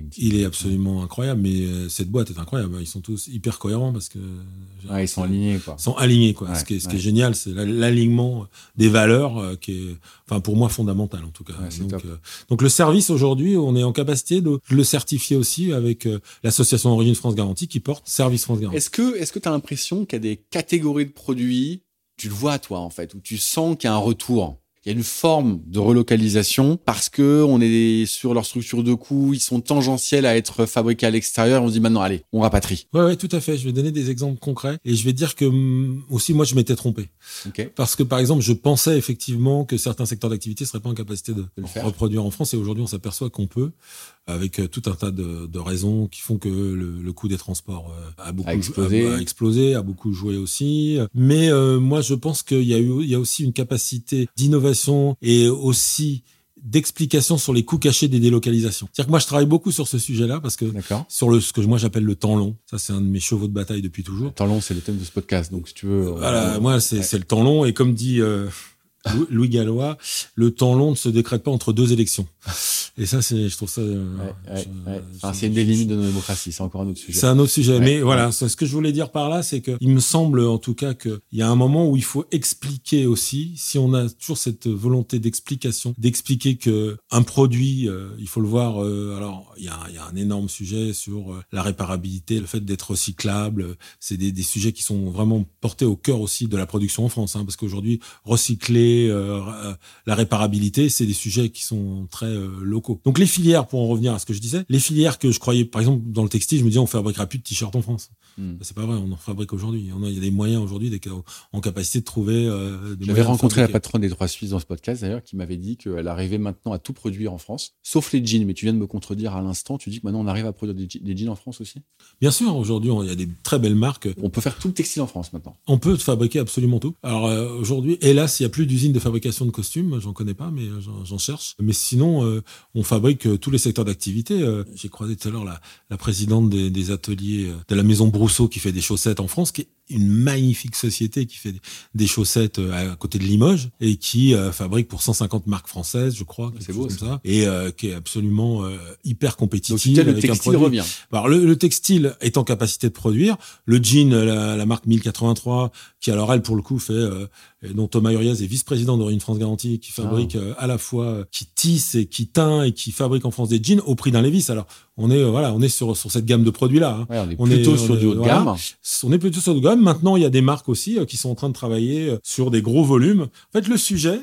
LinkedIn. Il est absolument incroyable, mais euh, cette boîte est incroyable. Ils sont tous hyper cohérents parce que ouais, ils sont alignés, quoi. Ils sont alignés, quoi. Ouais, ce qui est, ce ouais. qui est génial, c'est l'alignement des valeurs euh, qui est, enfin pour moi fondamental en tout cas. Ouais, donc, top. euh, donc le service aujourd'hui, on est en capacité de le certifier aussi avec euh, l'association Origine France Garantie qui porte Service France Garantie. Est-ce que est-ce que tu as l'impression qu'il y a des catégories de produits, tu le vois toi en fait, où tu sens qu'il y a un retour? Il y a une forme de relocalisation parce que on est sur leur structure de coûts, ils sont tangentiels à être fabriqués à l'extérieur. On se dit maintenant, allez, on rapatrie. Ouais, ouais, tout à fait. Je vais donner des exemples concrets et je vais dire que mm, aussi moi je m'étais trompé. Okay. Parce que par exemple, je pensais effectivement que certains secteurs d'activité seraient pas en capacité de, de le faire. reproduire en France et aujourd'hui on s'aperçoit qu'on peut, avec tout un tas de, de raisons qui font que le, le coût des transports a beaucoup a explosé. A, a explosé, a beaucoup joué aussi. Mais euh, moi je pense qu'il y a eu, il y a aussi une capacité d'innovation et aussi d'explication sur les coûts cachés des délocalisations. C'est-à-dire que moi, je travaille beaucoup sur ce sujet-là parce que sur le, ce que moi j'appelle le temps long. Ça, c'est un de mes chevaux de bataille depuis toujours. Le temps long, c'est le thème de ce podcast. Donc, si tu veux. Voilà, on... moi, c'est, ouais. c'est le temps long. Et comme dit euh, Louis Gallois, le temps long ne se décrète pas entre deux élections. Et ça, c'est, je trouve ça. Euh, ouais, ouais, je, ouais. Enfin, c'est une des limites de nos démocraties. C'est encore un autre sujet. C'est un autre sujet. Ouais, mais ouais. voilà, ce que je voulais dire par là, c'est que il me semble, en tout cas, qu'il y a un moment où il faut expliquer aussi, si on a toujours cette volonté d'explication, d'expliquer que un produit, euh, il faut le voir. Euh, alors, il y a, il y a un énorme sujet sur euh, la réparabilité, le fait d'être recyclable. C'est des, des sujets qui sont vraiment portés au cœur aussi de la production en France, hein, parce qu'aujourd'hui, recycler, euh, la réparabilité, c'est des sujets qui sont très euh, locaux. Donc les filières, pour en revenir à ce que je disais, les filières que je croyais, par exemple, dans le textile, je me disais, on fabriquera plus de t-shirts en France. Mm. C'est pas vrai, on en fabrique aujourd'hui. Il y a des moyens aujourd'hui des, en capacité de trouver euh, des J'avais rencontré la patronne des Trois Suisses dans ce podcast, d'ailleurs, qui m'avait dit qu'elle arrivait maintenant à tout produire en France, sauf les jeans. Mais tu viens de me contredire à l'instant, tu dis que maintenant on arrive à produire des, des jeans en France aussi? Bien sûr, aujourd'hui, il y a des très belles marques. On peut faire tout le textile en France maintenant. On peut fabriquer absolument tout. Alors euh, aujourd'hui, hélas, il n'y a plus d'usine de fabrication de costumes, j'en connais pas, mais j'en, j'en cherche. Mais sinon, euh, on fabrique euh, tous les secteurs d'activité. Euh, j'ai croisé tout à l'heure la, la présidente des, des ateliers de la maison Brousseau qui fait des chaussettes en France, qui est une magnifique société qui fait des chaussettes à côté de Limoges et qui euh, fabrique pour cent cinquante marques françaises, je crois. C'est beau, comme ça. Et euh, qui est absolument euh, hyper compétitive. Donc, le textile revient. Alors, le, le textile est en capacité de produire. Le jean, la, la marque mille quatre-vingt-trois, qui alors elle, pour le coup, fait... Euh, dont Thomas Uriez est vice-président d'Origine France Garantie, qui fabrique ah. euh, à la fois, euh, qui tisse et qui teint et qui fabrique en France des jeans au prix d'un Levi's. Alors, on est, euh, voilà, on est sur, sur cette gamme de produits-là. Hein. Ouais, on est plutôt on est, sur on est, du haut de gamme. Voilà, on est plutôt sur du haut de gamme. Maintenant, il y a des marques aussi euh, qui sont en train de travailler euh, sur des gros volumes. En fait, le sujet,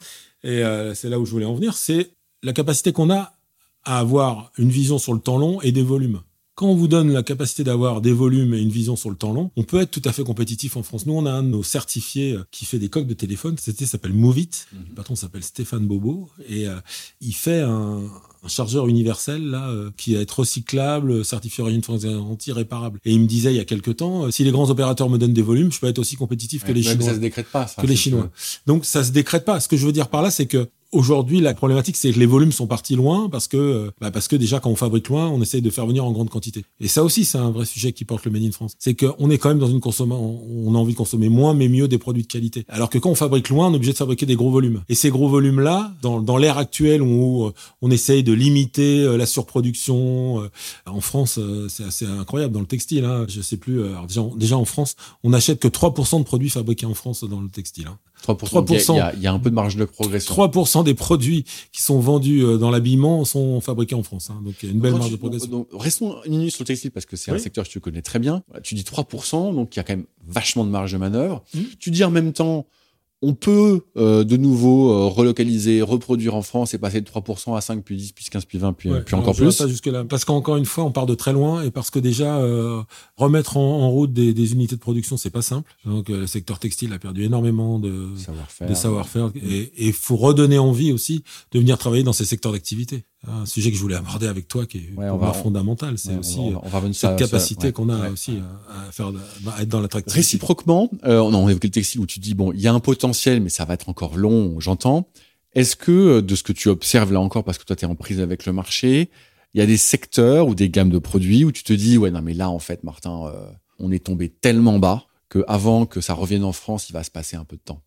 et euh, c'est là où je voulais en venir, c'est la capacité qu'on a à avoir une vision sur le temps long et des volumes. Quand on vous donne la capacité d'avoir des volumes et une vision sur le temps long, on peut être tout à fait compétitif en France. Nous, on a un de nos certifiés qui fait des coques de téléphone. C'était s'appelle Movit. Mm-hmm. Le patron s'appelle Stéphane Bobo et euh, il fait un, un chargeur universel là euh, qui va être recyclable, certifié Origine France Garantie, réparable. Et il me disait il y a quelque temps, euh, si les grands opérateurs me donnent des volumes, je peux être aussi compétitif ouais, que les Chinois. Mais ça se décrète pas. Ça, que les Chinois. Que... Donc ça se décrète pas. Ce que je veux dire par là, c'est que aujourd'hui, la problématique, c'est que les volumes sont partis loin parce que, bah parce que déjà, quand on fabrique loin, on essaye de faire venir en grande quantité. Et ça aussi, c'est un vrai sujet qui porte le Made in France. C'est qu'on est quand même dans une consommation, on a envie de consommer moins, mais mieux des produits de qualité. Alors que quand on fabrique loin, on est obligé de fabriquer des gros volumes. Et ces gros volumes-là, dans, dans l'ère actuelle où on essaye de limiter la surproduction, en France, c'est assez incroyable dans le textile, hein. Je sais plus, alors déjà, déjà en France, on n'achète que trois pour cent de produits fabriqués en France dans le textile, hein. trois pour cent. trois pour cent. Il y a, il y a un peu de marge de progression. trois pour cent des produits qui sont vendus dans l'habillement sont fabriqués en France. Hein. Donc, il y a une belle marge tu, de progression. Donc, donc, restons une minute sur le textile parce que c'est oui. un secteur que tu connais très bien. Tu dis trois pour cent, donc il y a quand même vachement de marge de manœuvre. Mmh. Tu dis en même temps, on peut euh, de nouveau euh, relocaliser, reproduire en France et passer de trois pour cent à cinq, puis dix, puis quinze, puis vingt, puis, ouais, puis encore plus. Pas jusque-là. Parce qu'encore une fois, on part de très loin et parce que déjà, euh, remettre en, en route des, des unités de production, c'est pas simple. Donc, euh, le secteur textile a perdu énormément de savoir-faire. De savoir-faire ouais. Et il faut redonner envie aussi de venir travailler dans ces secteurs d'activité. Un sujet que je voulais aborder avec toi qui est ouais, pour moi fondamental. C'est ouais, aussi on va, on va cette ça, capacité ça, ouais, qu'on a ouais, aussi ouais. À, à faire, à être dans l'attractivité. Réciproquement, euh, on a évoqué le textile où tu dis, bon, il y a un potentiel, mais ça va être encore long, j'entends. Est-ce que, de ce que tu observes là encore, parce que toi, tu es en prise avec le marché, il y a des secteurs ou des gammes de produits où tu te dis, ouais, non, mais là, en fait, Martin, euh, on est tombé tellement bas qu'avant que ça revienne en France, il va se passer un peu de temps.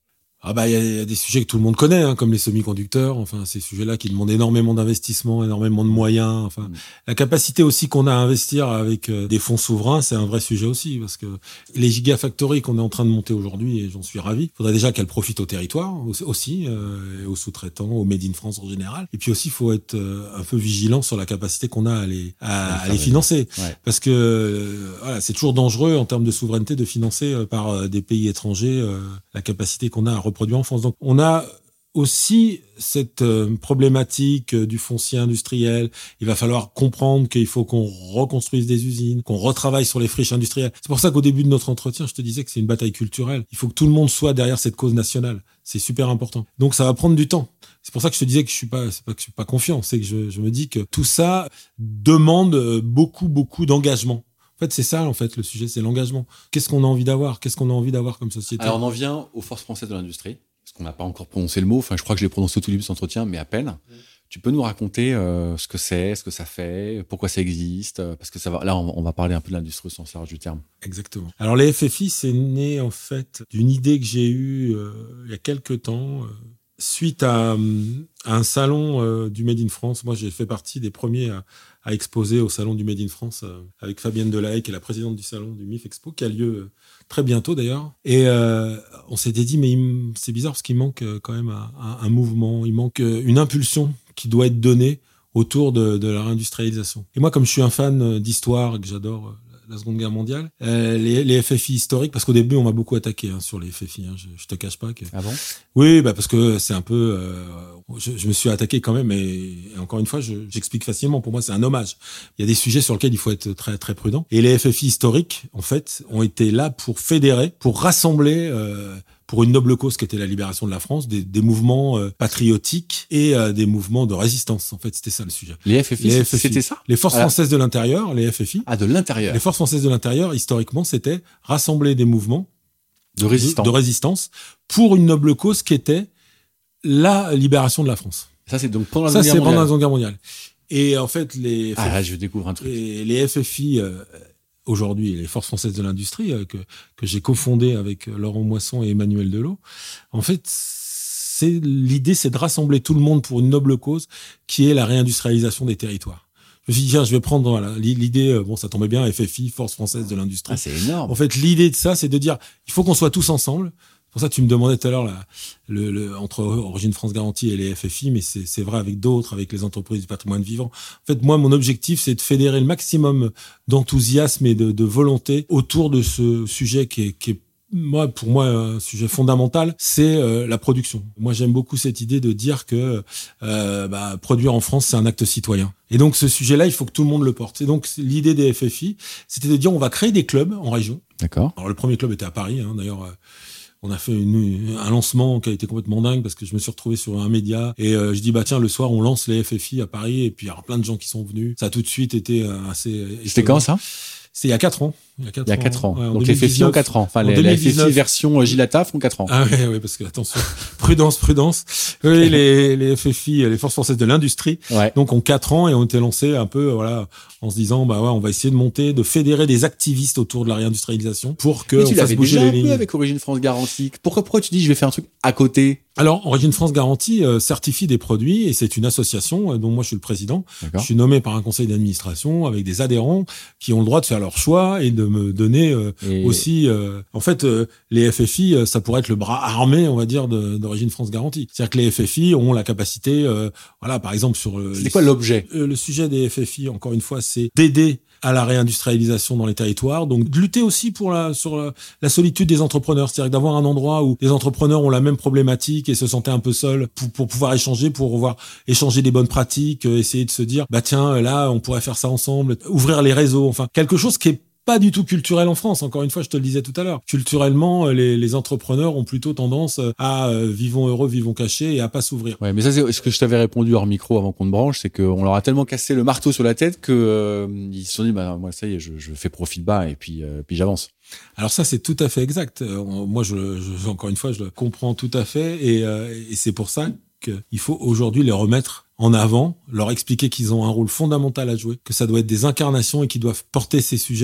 Ah bah il y, y a des sujets que tout le monde connaît, hein, comme les semi-conducteurs. Enfin, ces sujets-là qui demandent énormément d'investissement, énormément de moyens. Enfin, mmh. la capacité aussi qu'on a à investir avec euh, des fonds souverains, c'est un vrai sujet aussi, parce que les gigafactories qu'on est en train de monter aujourd'hui, et j'en suis ravi, il faudrait déjà qu'elles profitent au territoire aussi, euh, et aux sous-traitants, au Made in France en général. Et puis aussi, il faut être euh, un peu vigilant sur la capacité qu'on a à les à, à les financer, ouais. parce que euh, voilà, c'est toujours dangereux en termes de souveraineté de financer euh, par euh, des pays étrangers euh, la capacité qu'on a à produit en France. Donc, on a aussi cette euh, problématique euh, du foncier industriel. Il va falloir comprendre qu'il faut qu'on reconstruise des usines, qu'on retravaille sur les friches industrielles. C'est pour ça qu'au début de notre entretien, je te disais que c'est une bataille culturelle. Il faut que tout le monde soit derrière cette cause nationale. C'est super important. Donc, ça va prendre du temps. C'est pour ça que je te disais que je suis pas, c'est pas que je suis pas confiant. C'est que je, je me dis que tout ça demande beaucoup, beaucoup d'engagement. En fait, c'est ça, en fait, le sujet, c'est l'engagement. Qu'est-ce qu'on a envie d'avoir? Qu'est-ce qu'on a envie d'avoir comme société? Alors, on en vient aux forces françaises de l'industrie, parce qu'on n'a pas encore prononcé le mot. Enfin, je crois que je l'ai prononcé au tout début de cet entretien, mais à peine. Mmh. Tu peux nous raconter euh, ce que c'est, ce que ça fait, pourquoi ça existe? Parce que ça va, là, on, on va parler un peu de l'industrie au sens large du terme. Exactement. Alors, les F F I, c'est né, en fait, d'une idée que j'ai eue euh, il y a quelques temps, euh, suite à, à un salon euh, du Made in France. Moi, j'ai fait partie des premiers à à exposer au salon du Made in France euh, avec Fabienne Delahaye, qui est la présidente du salon du M I F Expo, qui a lieu euh, très bientôt d'ailleurs. Et euh, on s'était dit, mais il, c'est bizarre parce qu'il manque euh, quand même un, un, un mouvement, il manque euh, une impulsion qui doit être donnée autour de, de la réindustrialisation. Et moi, comme je suis un fan d'histoire et que j'adore euh, la Seconde Guerre mondiale, euh, les, les F F I historiques, parce qu'au début on m'a beaucoup attaqué hein, sur les F F I, hein, je, je te cache pas que... Ah bon? Oui, bah parce que c'est un peu, euh, je, je me suis attaqué quand même, et, et encore une fois, je, j'explique facilement. Pour moi, c'est un hommage. Il y a des sujets sur lesquels il faut être très très prudent. Et les F F I historiques, en fait, ont été là pour fédérer, pour rassembler. Euh, pour une noble cause qui était la libération de la France, des, des mouvements euh, patriotiques et euh, des mouvements de résistance. En fait, c'était ça le sujet. Les F F I, les F F I c'était ça? Les forces Alors... françaises de l'intérieur, les F F I. Ah, de l'intérieur. Les forces françaises de l'intérieur, historiquement, c'était rassembler des mouvements de résistance. de, de résistance pour une noble cause qui était la libération de la France. Ça, c'est donc pendant la Seconde Guerre mondiale. Ça, c'est pendant la Seconde Guerre mondiale. Et en fait, les... Ah, là, je découvre un truc. Les, les F F I... Euh, aujourd'hui, les forces françaises de l'industrie, euh, que, que j'ai cofondé avec Laurent Moisson et Emmanuel Delot, en fait, c'est, l'idée, c'est de rassembler tout le monde pour une noble cause qui est la réindustrialisation des territoires. Je me suis dit, tiens, je vais prendre voilà, l'idée, bon, ça tombait bien, F F I, Force française de l'industrie. Ah, c'est énorme. En fait, l'idée de ça, c'est de dire, il faut qu'on soit tous ensemble. Pour ça, tu me demandais tout à l'heure la, le, le, entre Origine France Garantie et les F F I, mais c'est, c'est vrai avec d'autres, avec les entreprises du patrimoine vivant. En fait, moi, mon objectif, c'est de fédérer le maximum d'enthousiasme et de, de volonté autour de ce sujet qui est, qui est moi, pour moi, un sujet fondamental, c'est euh, la production. Moi, j'aime beaucoup cette idée de dire que euh, bah, produire en France, c'est un acte citoyen. Et donc, ce sujet-là, il faut que tout le monde le porte. Et donc, l'idée des F F I, c'était de dire, on va créer des clubs en région. D'accord. Alors, le premier club était à Paris, hein, d'ailleurs. Euh, On a fait une, un lancement qui a été complètement dingue parce que je me suis retrouvé sur un média et euh, je dis bah tiens le soir on lance les F F I à Paris et puis il y a plein de gens qui sont venus. Ça a tout de suite été assez. C'était quand ça? C'était il y a quatre ans. Il y a quatre, il y a quatre ans. ans. Ouais, donc les F F I ont quatre ans. Enfin, les, les F F I version Gilles Attaf ont quatre ans. Ah ouais, ouais, parce que attention, prudence, prudence. Oui, les, les F F I, les forces françaises de l'industrie, ouais. donc ont quatre ans et ont été lancés un peu, voilà, en se disant, bah ouais, on va essayer de monter, de fédérer des activistes autour de la réindustrialisation pour que on fasse bouger les lignes. Avec Origine France Garantie. Pourquoi, pourquoi tu dis, je vais faire un truc à côté? Alors, Origine France Garantie euh, certifie des produits et c'est une association euh, dont moi je suis le président. D'accord. Je suis nommé par un conseil d'administration avec des adhérents qui ont le droit de faire leur choix et de me donner euh, et... aussi. Euh, en fait, euh, les F F I, euh, ça pourrait être le bras armé, on va dire, de, d'Origine France Garantie. C'est-à-dire que les F F I ont la capacité, euh, voilà, par exemple sur. Euh, c'est quoi l'objet? euh, Le sujet des F F I, encore une fois, c'est d'aider à la réindustrialisation dans les territoires, donc de lutter aussi pour la sur la, la solitude des entrepreneurs, c'est-à-dire d'avoir un endroit où les entrepreneurs ont la même problématique et se sentaient un peu seuls pour, pour pouvoir échanger, pour pouvoir échanger des bonnes pratiques, euh, essayer de se dire bah tiens là on pourrait faire ça ensemble, ouvrir les réseaux, enfin quelque chose qui est pas du tout culturel en France. Encore une fois, je te le disais tout à l'heure. Culturellement, les, les entrepreneurs ont plutôt tendance à euh, vivons heureux, vivons cachés et à pas s'ouvrir. Ouais, mais ça, c'est ce que je t'avais répondu hors micro avant qu'on te branche, c'est qu'on leur a tellement cassé le marteau sur la tête que euh, ils se sont dit, bah moi ça y est, je, je fais profil bas et puis euh, puis j'avance. Alors ça, c'est tout à fait exact. Euh, moi, je, je, encore une fois, je le comprends tout à fait et, euh, et c'est pour ça qu'il faut aujourd'hui les remettre en avant, leur expliquer qu'ils ont un rôle fondamental à jouer, que ça doit être des incarnations et qu'ils doivent porter ces sujets.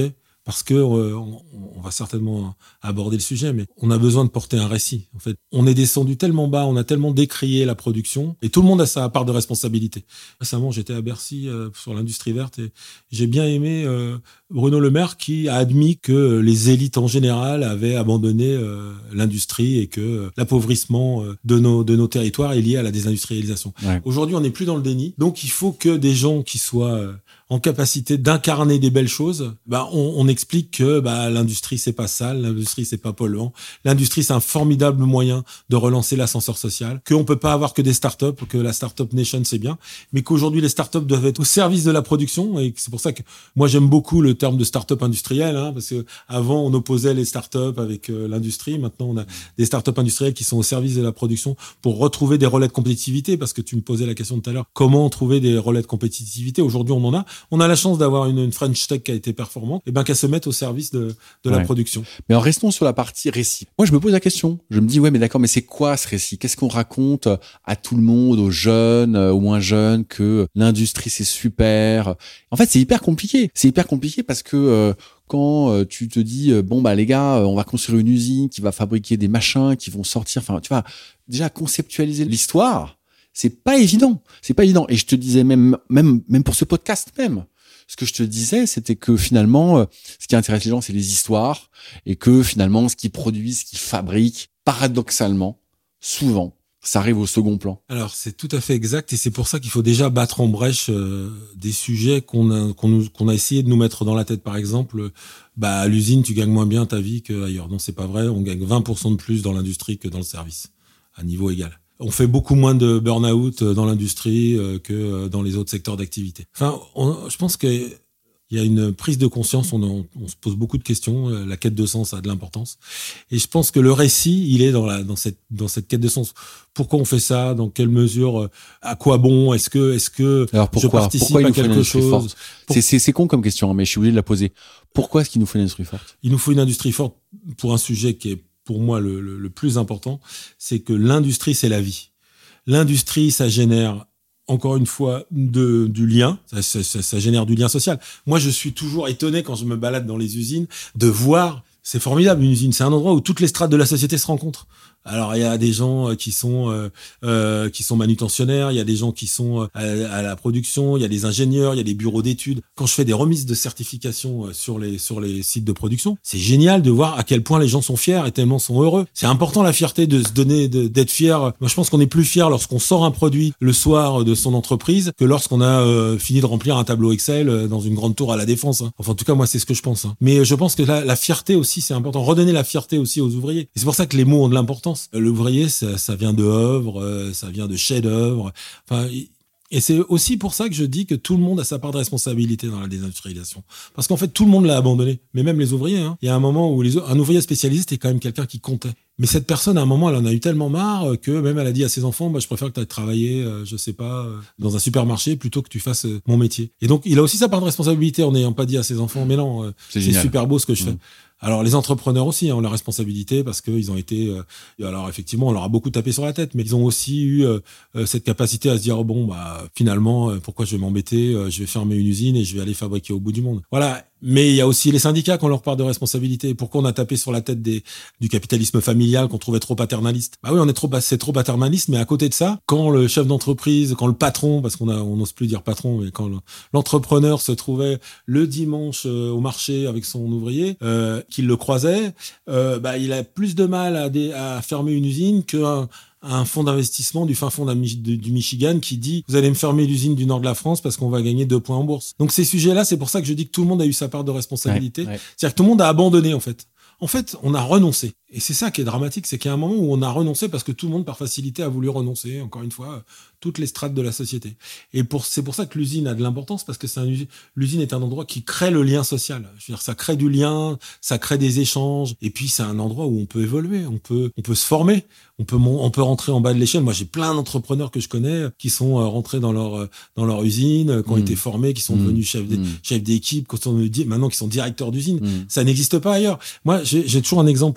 parce que euh, on, on va certainement aborder le sujet, mais on a besoin de porter un récit. En fait, on est descendu tellement bas, on a tellement décrié la production, et tout le monde a sa part de responsabilité. Récemment, j'étais à Bercy euh, sur l'industrie verte, et j'ai bien aimé euh, Bruno Le Maire qui a admis que les élites en général avaient abandonné euh, l'industrie et que euh, l'appauvrissement euh, de nos de nos territoires est lié à la désindustrialisation. Ouais. Aujourd'hui, on n'est plus dans le déni, donc il faut que des gens qui soient euh, en capacité d'incarner des belles choses, bah on, on explique que bah l'industrie c'est pas sale, l'industrie c'est pas polluant, l'industrie c'est un formidable moyen de relancer l'ascenseur social, qu'on peut pas avoir que des startups, que la startup nation c'est bien, mais qu'aujourd'hui les startups doivent être au service de la production, et c'est pour ça que moi j'aime beaucoup le terme de startup industrielle, hein, parce que avant on opposait les startups avec euh, l'industrie, maintenant on a des startups industrielles qui sont au service de la production pour retrouver des relais de compétitivité, parce que tu me posais la question tout à l'heure, comment trouver des relais de compétitivité? Aujourd'hui on en a. On a la chance d'avoir une, une French Tech qui a été performante, et ben qu'elle se mette au service de, de ouais. la production. Mais en restant sur la partie récit, moi je me pose la question. Je me dis ouais mais d'accord, mais c'est quoi ce récit? Qu'est-ce qu'on raconte à tout le monde, aux jeunes, aux moins jeunes, que l'industrie c'est super? En fait c'est hyper compliqué. C'est hyper compliqué parce que euh, quand euh, tu te dis euh, bon bah les gars, euh, on va construire une usine qui va fabriquer des machins qui vont sortir. Enfin tu vois, déjà conceptualiser l'histoire. C'est pas évident, c'est pas évident. Et je te disais même, même, même pour ce podcast même, ce que je te disais, c'était que finalement, ce qui intéresse les gens, c'est les histoires, et que finalement, ce qu'ils produisent, ce qu'ils fabriquent, paradoxalement, souvent, ça arrive au second plan. Alors c'est tout à fait exact, et c'est pour ça qu'il faut déjà battre en brèche euh, des sujets qu'on a, qu'on, nous, qu'on a essayé de nous mettre dans la tête. Par exemple, bah à l'usine, tu gagnes moins bien ta vie qu'ailleurs. Non, c'est pas vrai. On gagne vingt pour cent de plus dans l'industrie que dans le service, à niveau égal. On fait beaucoup moins de burn-out dans l'industrie que dans les autres secteurs d'activité. Enfin, on, je pense qu'il y a une prise de conscience, on, on, on se pose beaucoup de questions, la quête de sens a de l'importance. Et je pense que le récit, il est dans, la, dans, cette, dans cette quête de sens. Pourquoi on fait ça? Dans quelle mesure? À quoi bon? Est-ce que, est-ce que Alors pourquoi, je participe pourquoi à quelque chose? Pour... C'est, c'est, c'est con comme question, mais je suis obligé de la poser. Pourquoi est-ce qu'il nous faut une industrie forte? Il nous faut une industrie forte pour un sujet qui est pour moi le, le, le plus important, c'est que l'industrie, c'est la vie. L'industrie, ça génère, encore une fois, de, du lien, ça, ça, ça génère du lien social. Moi, je suis toujours étonné quand je me balade dans les usines de voir, c'est formidable, une usine, c'est un endroit où toutes les strates de la société se rencontrent. Alors il y a des gens qui sont euh, euh, qui sont manutentionnaires, il y a des gens qui sont à, à la production, il y a des ingénieurs, il y a des bureaux d'études. Quand je fais des remises de certification sur les sur les sites de production, c'est génial de voir à quel point les gens sont fiers et tellement sont heureux. C'est important la fierté de se donner, de, d'être fier. Moi je pense qu'on est plus fier lorsqu'on sort un produit le soir de son entreprise que lorsqu'on a euh, fini de remplir un tableau Excel dans une grande tour à la Défense. Hein. Enfin en tout cas moi c'est ce que je pense. Hein. Mais je pense que la, la fierté aussi c'est important, redonner la fierté aussi aux ouvriers. Et c'est pour ça que les mots ont de l'importance. L'ouvrier, ça, ça vient de œuvre, ça vient de chef-d'œuvre. Enfin, et c'est aussi pour ça que je dis que tout le monde a sa part de responsabilité dans la désindustrialisation. Parce qu'en fait, tout le monde l'a abandonné. Mais même les ouvriers. Hein. Il y a un moment où les, un ouvrier spécialisé, c'était quand même quelqu'un qui comptait. Mais cette personne, à un moment, elle en a eu tellement marre que même elle a dit à ses enfants, bah, je préfère que tu ailles travailler, euh, je sais pas, euh, dans un supermarché plutôt que tu fasses euh, mon métier. Et donc, il a aussi sa part de responsabilité en n'ayant pas dit à ses enfants, mais non, euh, c'est, c'est super beau ce que je fais. Mmh. Alors les entrepreneurs aussi hein, ont la responsabilité parce qu'ils ont été, euh, alors effectivement on leur a beaucoup tapé sur la tête, mais ils ont aussi eu euh, cette capacité à se dire oh, bon bah finalement euh, pourquoi je vais m'embêter, euh, je vais fermer une usine et je vais aller fabriquer au bout du monde. Voilà. Mais il y a aussi les syndicats qui ont leur part de responsabilité. Pourquoi on a tapé sur la tête des, du capitalisme familial qu'on trouvait trop paternaliste? Bah oui, on est trop, c'est trop paternaliste, mais à côté de ça, quand le chef d'entreprise, quand le patron, parce qu'on a, on n'ose plus dire patron, mais quand le, l'entrepreneur se trouvait le dimanche euh, au marché avec son ouvrier, euh, qu'il le croisait, euh, bah il a plus de mal à, dé, à fermer une usine qu'un un fonds d'investissement du fin fond du Michigan qui dit vous allez me fermer l'usine du nord de la France parce qu'on va gagner deux points en bourse. Donc ces sujets-là, c'est pour ça que je dis que tout le monde a eu sa part de responsabilité. Ouais, ouais. C'est-à-dire que tout le monde a abandonné en fait. En fait, on a renoncé. Et c'est ça qui est dramatique, c'est qu'il y a un moment où on a renoncé parce que tout le monde, par facilité, a voulu renoncer. Encore une fois, toutes les strates de la société. Et pour, c'est pour ça que l'usine a de l'importance parce que c'est un, l'usine est un endroit qui crée le lien social. Je veux dire, ça crée du lien, ça crée des échanges. Et puis, c'est un endroit où on peut évoluer, on peut, on peut se former, on peut, on peut rentrer en bas de l'échelle. Moi, j'ai plein d'entrepreneurs que je connais qui sont rentrés dans leur, dans leur usine, qui ont mmh. été formés, qui sont mmh. devenus chefs, mmh. d'équipe, qui sont devenus, maintenant qui sont directeurs d'usine. Mmh. Ça n'existe pas ailleurs. Moi, j'ai, j'ai toujours un exemple qui me vient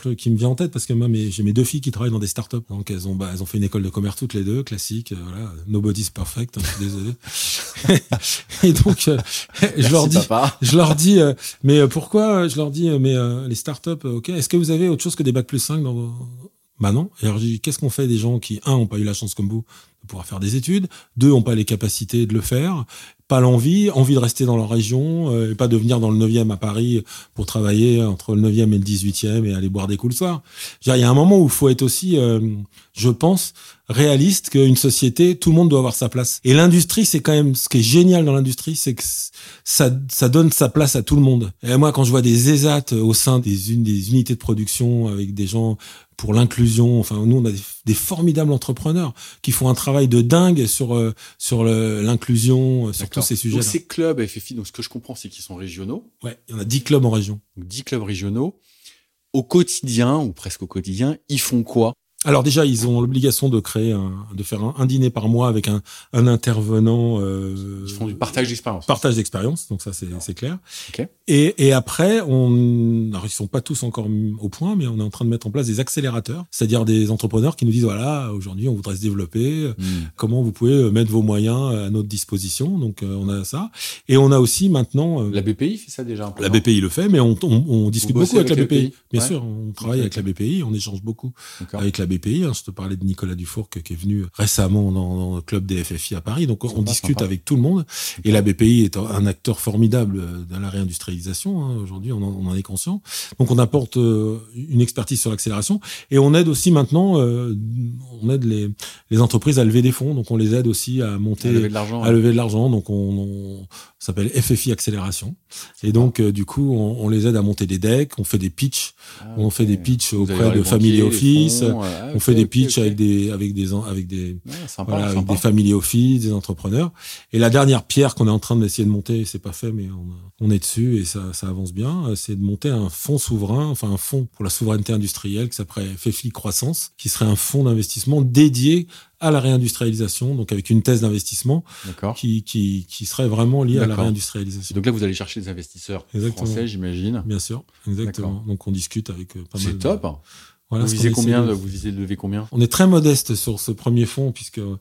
vient en tête parce que moi, mes, j'ai mes deux filles qui travaillent dans des startups. Donc, elles ont, bah, elles ont fait une école de commerce toutes les deux, classique. Euh, voilà, nobody's perfect. Hein, je suis désolé. Et donc, euh, je leur dis, papa. je leur dis, euh, mais euh, pourquoi Je leur dis, euh, mais euh, les startups, euh, ok. Est-ce que vous avez autre chose que des bac plus cinq dans vos... Bah non. Et alors, je dis, qu'est-ce qu'on fait des gens qui, un, ont pas eu la chance comme vous de pouvoir faire des études, deux, ont pas les capacités de le faire, pas l'envie, envie de rester dans leur région, euh, et pas de venir dans le neuvième à Paris pour travailler entre le neuvième et le dix-huitième et aller boire des coups le soir. Je veux dire, il y a un moment où il faut être aussi, euh, je pense, réaliste qu'une société, tout le monde doit avoir sa place. Et l'industrie, c'est quand même, ce qui est génial dans l'industrie, c'est que ça, ça donne sa place à tout le monde. Et moi, quand je vois des ESAT au sein des, une, des unités de production avec des gens pour l'inclusion, enfin, nous, on a des, des formidables entrepreneurs qui font un travail de dingue sur, euh, sur le, l'inclusion, sur tous ces sujets. Donc, ces clubs F F I, donc ce que je comprends, c'est qu'ils sont régionaux. Ouais, il y en a dix clubs en région. Donc, dix clubs régionaux. Au quotidien, ou presque au quotidien, ils font quoi? Alors déjà, ils ont l'obligation de créer, un, de faire un, un dîner par mois avec un, un intervenant. Euh, ils font du partage d'expérience. Partage d'expérience, donc ça c'est, c'est clair. Okay. Et, et après, on, alors ils sont pas tous encore au point, mais on est en train de mettre en place des accélérateurs, c'est-à-dire des entrepreneurs qui nous disent voilà, aujourd'hui on voudrait se développer, mmh. comment vous pouvez mettre vos moyens à notre disposition. Donc euh, on a ça, et on a aussi maintenant. Euh, la B P I fait ça déjà. Un peu, la B P I le fait, mais on, on, on discute beaucoup avec, avec la B P I. Bien ouais. sûr, on travaille okay. avec la B P I, on échange beaucoup D'accord. avec la B P I. Hein, je te parlais de Nicolas Dufourc qui est venu récemment dans, dans le club des F F I à Paris. Donc, sympa, on discute sympa. avec tout le monde. Okay. Et la B P I est un acteur formidable dans la réindustrialisation. Hein. Aujourd'hui, on en, on en est conscient. Donc, on apporte euh, une expertise sur l'accélération. Et on aide aussi maintenant, euh, on aide les, les entreprises à lever des fonds. Donc, on les aide aussi à monter, à lever de l'argent. À ouais. lever de l'argent. Donc, on, on ça s'appelle F F I Accélération. C'est et donc, euh, du coup, on, on les aide à monter des decks. On fait des pitchs. Ah, on okay. fait des pitchs Vous auprès de family office. Fonds, euh, on okay, fait des pitchs okay, okay. avec des avec des avec des ouais, sympa, voilà, avec sympa. des family office, des entrepreneurs. Et la dernière pierre qu'on est en train d'essayer de monter, c'est pas fait, mais on, on est dessus et ça ça avance bien. C'est de monter un fonds souverain, enfin un fonds pour la souveraineté industrielle qui s'appelle F F I Croissance, qui serait un fonds d'investissement dédié à la réindustrialisation, donc avec une thèse d'investissement qui, qui, qui serait vraiment liée D'accord. à la réindustrialisation. Donc là, vous allez chercher des investisseurs exactement. français, j'imagine. Bien sûr, exactement. D'accord. Donc on discute avec pas C'est mal. C'est top. De... Voilà, vous visez combien de... Vous visez de lever combien? On est très modeste sur ce premier fonds puisque euh,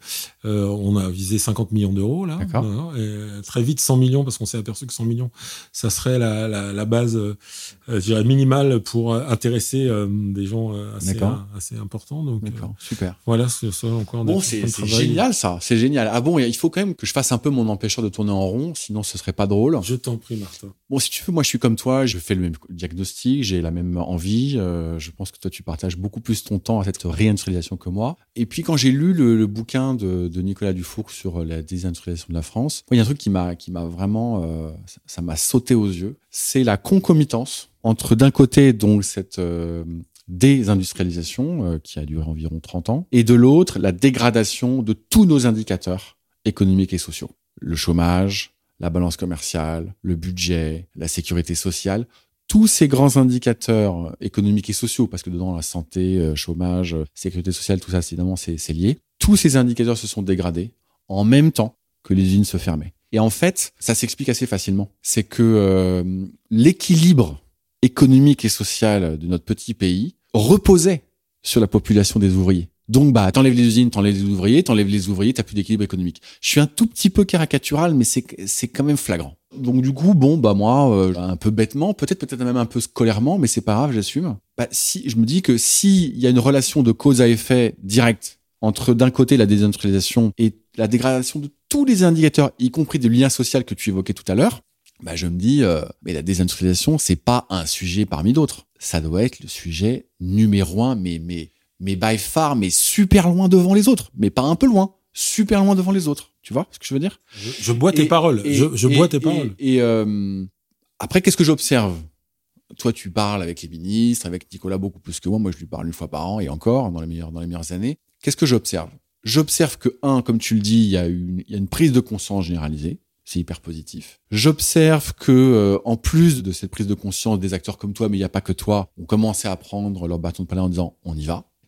on a visé cinquante millions d'euros là. D'accord. Et très vite cent millions parce qu'on s'est aperçu que cent millions, ça serait la, la, la base, euh, je dirais minimale pour intéresser euh, des gens assez, euh, assez importants. Donc, D'accord. Euh, super. Voilà ce que ça encore. Bon, c'est, c'est génial ça, c'est génial. Ah bon, il faut quand même que je fasse un peu mon empêcheur de tourner en rond, sinon ce serait pas drôle. Je t'en prie, Martin. Bon, si tu veux, moi je suis comme toi, je fais le même diagnostic, j'ai la même envie. Euh, je pense que toi tu partages beaucoup plus ton temps à cette réindustrialisation que moi. Et puis quand j'ai lu le, le bouquin de, de Nicolas Dufourc sur la désindustrialisation de la France, il y a un truc qui m'a, qui m'a vraiment, euh, ça, ça m'a sauté aux yeux. C'est la concomitance entre d'un côté donc cette euh, désindustrialisation euh, qui a duré environ trente ans, et de l'autre la dégradation de tous nos indicateurs économiques et sociaux. Le chômage, la balance commerciale, le budget, la sécurité sociale. Tous ces grands indicateurs économiques et sociaux, parce que dedans, la santé, chômage, sécurité sociale, tout ça, évidemment, c'est, c'est lié. Tous ces indicateurs se sont dégradés en même temps que les usines se fermaient. Et en fait, ça s'explique assez facilement. C'est que euh, l'équilibre économique et social de notre petit pays reposait sur la population des ouvriers. Donc, bah, t'enlèves les usines, t'enlèves les ouvriers, t'enlèves les ouvriers, t'as plus d'équilibre économique. Je suis un tout petit peu caricatural, mais c'est, c'est quand même flagrant. Donc, du coup, bon, bah, moi, euh, un peu bêtement, peut-être, peut-être même un peu scolairement, mais c'est pas grave, j'assume. Bah, si, je me dis que s'il y a une relation de cause à effet directe entre, d'un côté, la désindustrialisation et la dégradation de tous les indicateurs, y compris de lien social que tu évoquais tout à l'heure, bah, je me dis, euh, mais la désindustrialisation, c'est pas un sujet parmi d'autres. Ça doit être le sujet numéro un, mais, mais, mais by far, mais super loin devant les autres, mais pas un peu loin, super loin devant les autres. Tu vois ce que je veux dire? Je, je bois tes et, paroles. Et, je je et, bois tes et, paroles. Et, et euh, après, qu'est-ce que j'observe? Toi, tu parles avec les ministres, avec Nicolas beaucoup plus que moi. Moi, je lui parle une fois par an et encore dans les meilleures, dans les meilleures années. Qu'est-ce que j'observe? J'observe que, un, comme tu le dis, il y a une, il y a une prise de conscience généralisée. C'est hyper positif. J'observe que, euh, en plus de cette prise de conscience des acteurs comme toi, mais il n'y a pas que toi, ont commencé à prendre leur bâton de palier en disant on y va.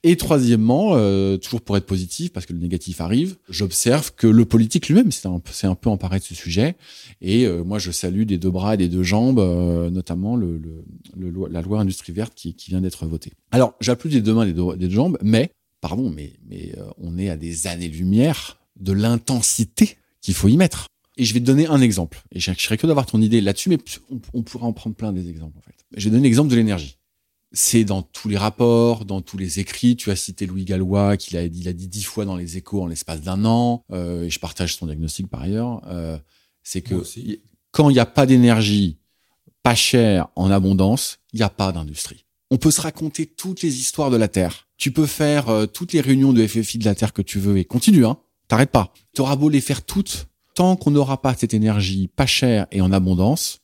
Et troisièmement, euh, toujours pour être positif, parce que le négatif arrive, j'observe que le politique lui-même, c'est un, c'est un peu emparé de ce sujet. Et euh, moi, je salue des deux bras et des deux jambes, euh, notamment le, le, le, la loi industrie verte qui, qui vient d'être votée. Alors, j'applaudis des deux mains et des deux, des deux jambes, mais, pardon, mais, mais euh, on est à des années-lumière de l'intensité qu'il faut y mettre. Et je vais te donner un exemple. Et je serais curieux d'avoir ton idée là-dessus, mais on, on pourrait en prendre plein des exemples, en fait. Je vais donner l'exemple de l'énergie. C'est dans tous les rapports, dans tous les écrits. Tu as cité Louis Gallois, qu'il a, il a dit dix fois dans les Échos en l'espace d'un an. Euh, et je partage son diagnostic par ailleurs. Euh, c'est que y, quand il n'y a pas d'énergie pas chère, en abondance, il n'y a pas d'industrie. On peut se raconter toutes les histoires de la Terre. Tu peux faire euh, toutes les réunions de F F I de la Terre que tu veux et continue, hein. T'arrêtes pas. T'auras beau les faire toutes, tant qu'on n'aura pas cette énergie pas chère et en abondance,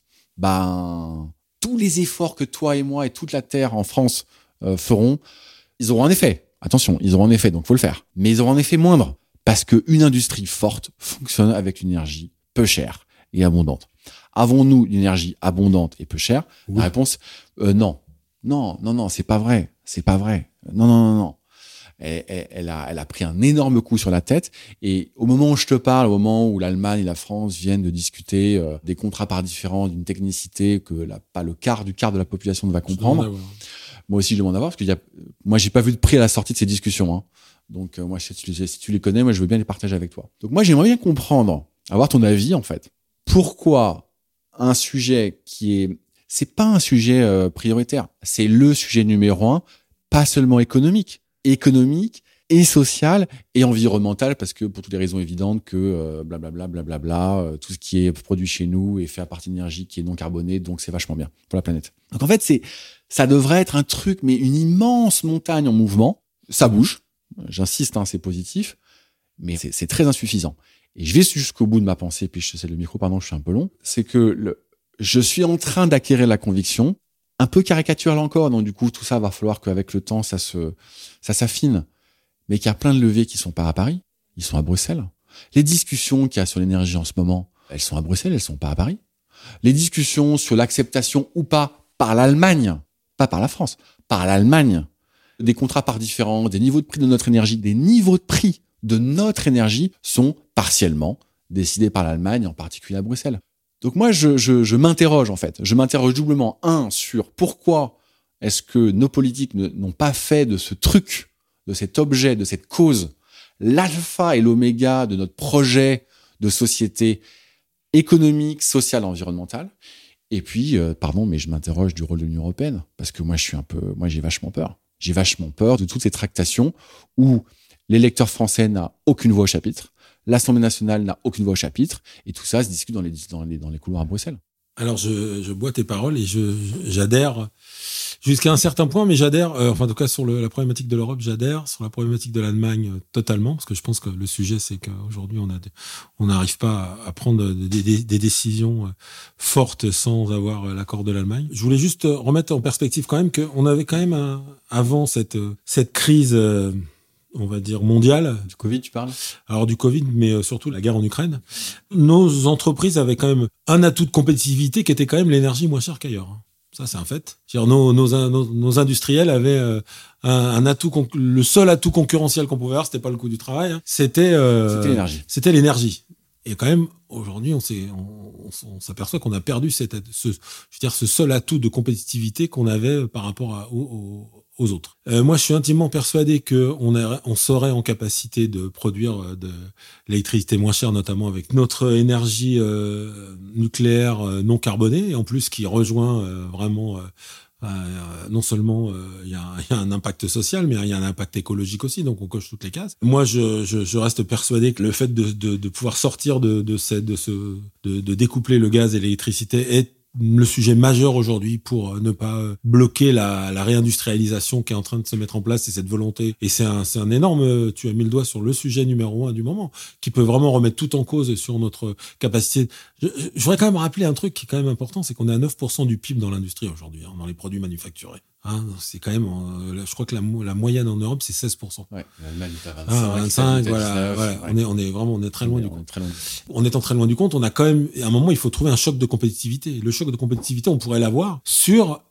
ben, tous les efforts que toi et moi et toute la Terre en France euh, feront, ils auront un effet. Attention, ils auront un effet, donc faut le faire. Mais ils auront un effet moindre, parce qu'une industrie forte fonctionne avec une énergie peu chère et abondante. Avons-nous une énergie abondante et peu chère ? Oui. La réponse, euh, non. Non, non, non, c'est pas vrai. C'est pas vrai. Non, non, non, non. Elle, elle, elle, a, elle a pris un énorme coup sur la tête. Et au moment où je te parle, au moment où l'Allemagne et la France viennent de discuter euh, des contrats par différents, d'une technicité que la, pas le quart du quart de la population ne va comprendre. Moi aussi, je demande à voir, parce que y a, moi, j'ai pas vu de prix à la sortie de ces discussions. Hein. Donc, euh, moi, si tu, si tu les connais, moi, je veux bien les partager avec toi. Donc, moi, j'aimerais bien comprendre, avoir ton avis, en fait. Pourquoi un sujet qui est, c'est pas un sujet euh, prioritaire, c'est le sujet numéro un, pas seulement économique, économique et social et environnemental, parce que pour toutes les raisons évidentes que euh, blablabla, blablabla, euh, tout ce qui est produit chez nous est fait à partir d'énergie qui est non carbonée, donc c'est vachement bien pour la planète. Donc en fait, c'est, ça devrait être un truc, mais une immense montagne en mouvement. Ça bouge, j'insiste, hein, c'est positif, mais c'est, c'est très insuffisant. Et je vais jusqu'au bout de ma pensée, puis je sais le micro, pardon, je suis un peu long, c'est que le, je suis en train d'acquérir la conviction, un peu caricaturale encore, donc du coup, tout ça va falloir qu'avec le temps, ça se, ça s'affine, mais qu'il y a plein de leviers qui sont pas à Paris, ils sont à Bruxelles. Les discussions qu'il y a sur l'énergie en ce moment, elles sont à Bruxelles, elles sont pas à Paris. Les discussions sur l'acceptation ou pas par l'Allemagne, pas par la France, par l'Allemagne, des contrats par différents, des niveaux de prix de notre énergie, des niveaux de prix de notre énergie sont partiellement décidés par l'Allemagne, en particulier à Bruxelles. Donc moi, je, je, je m'interroge en fait. Je m'interroge doublement, un, sur pourquoi est-ce que nos politiques ne, n'ont pas fait de ce truc, de cet objet, de cette cause, l'alpha et l'oméga de notre projet de société économique, sociale, environnementale. Et puis, euh, pardon, mais je m'interroge du rôle de l'Union européenne, parce que moi, je suis un peu, moi, j'ai vachement peur. J'ai vachement peur de toutes ces tractations où l'électeur français n'a aucune voix au chapitre, l'Assemblée nationale n'a aucune voix au chapitre, et tout ça se discute dans les, dans les, dans les couloirs à Bruxelles. Alors, je, je bois tes paroles et je, j'adhère jusqu'à un certain point, mais j'adhère, euh, enfin, en tout cas, sur le, la problématique de l'Europe, j'adhère. Sur la problématique de l'Allemagne, euh, totalement, parce que je pense que le sujet, c'est qu'aujourd'hui, on a, on n'arrive pas à, à prendre des, des, des décisions euh, fortes sans avoir euh, l'accord de l'Allemagne. Je voulais juste euh, remettre en perspective quand même qu'on avait quand même, un, avant cette, euh, cette crise, euh, on va dire mondiale. Du Covid, tu parles ? Alors du Covid, mais surtout la guerre en Ukraine. Nos entreprises avaient quand même un atout de compétitivité qui était quand même l'énergie moins chère qu'ailleurs. Ça, c'est un fait. C'est-à-dire, nos, nos, nos, nos industriels avaient euh, un, un atout, conc- le seul atout concurrentiel qu'on pouvait avoir, c'était pas le coût du travail, hein, c'était, euh, c'était l'énergie. C'était l'énergie. Et quand même, aujourd'hui, on, s'est, on, on, on s'aperçoit qu'on a perdu cette, ce, je veux dire, ce seul atout de compétitivité qu'on avait par rapport à, aux, aux autres. Euh, moi, je suis intimement persuadé qu'on on serait en capacité de produire de l'électricité moins chère, notamment avec notre énergie euh, nucléaire euh, non carbonée, et en plus qui rejoint euh, vraiment... Euh, Euh, non seulement il euh, y, y a un impact social, mais il y a un impact écologique aussi, donc on coche toutes les cases. Moi, je, je, je reste persuadé que le fait de, de, de pouvoir sortir de, de, cette, de, ce, de, de découpler le gaz et l'électricité est le sujet majeur aujourd'hui pour ne pas bloquer la, la réindustrialisation qui est en train de se mettre en place, c'est cette volonté. Et c'est un, c'est un énorme, tu as mis le doigt sur le sujet numéro un du moment, qui peut vraiment remettre tout en cause sur notre capacité. Je, je voudrais quand même rappeler un truc qui est quand même important, c'est qu'on est à neuf pour cent du P I B dans l'industrie aujourd'hui, hein, dans les produits manufacturés. Hein, c'est quand même, euh, je crois que la, la moyenne en Europe, c'est seize pour cent. Ouais, l'Allemagne est à vingt-cinq, ah, vingt-cinq, voilà, dix-neuf, voilà. Ouais. On est, on est vraiment, on est très loin on est, du on compte. Est très loin. En étant très loin du compte, on a quand même, à un moment, il faut trouver un choc de compétitivité. Le choc de compétitivité, on pourrait l'avoir sur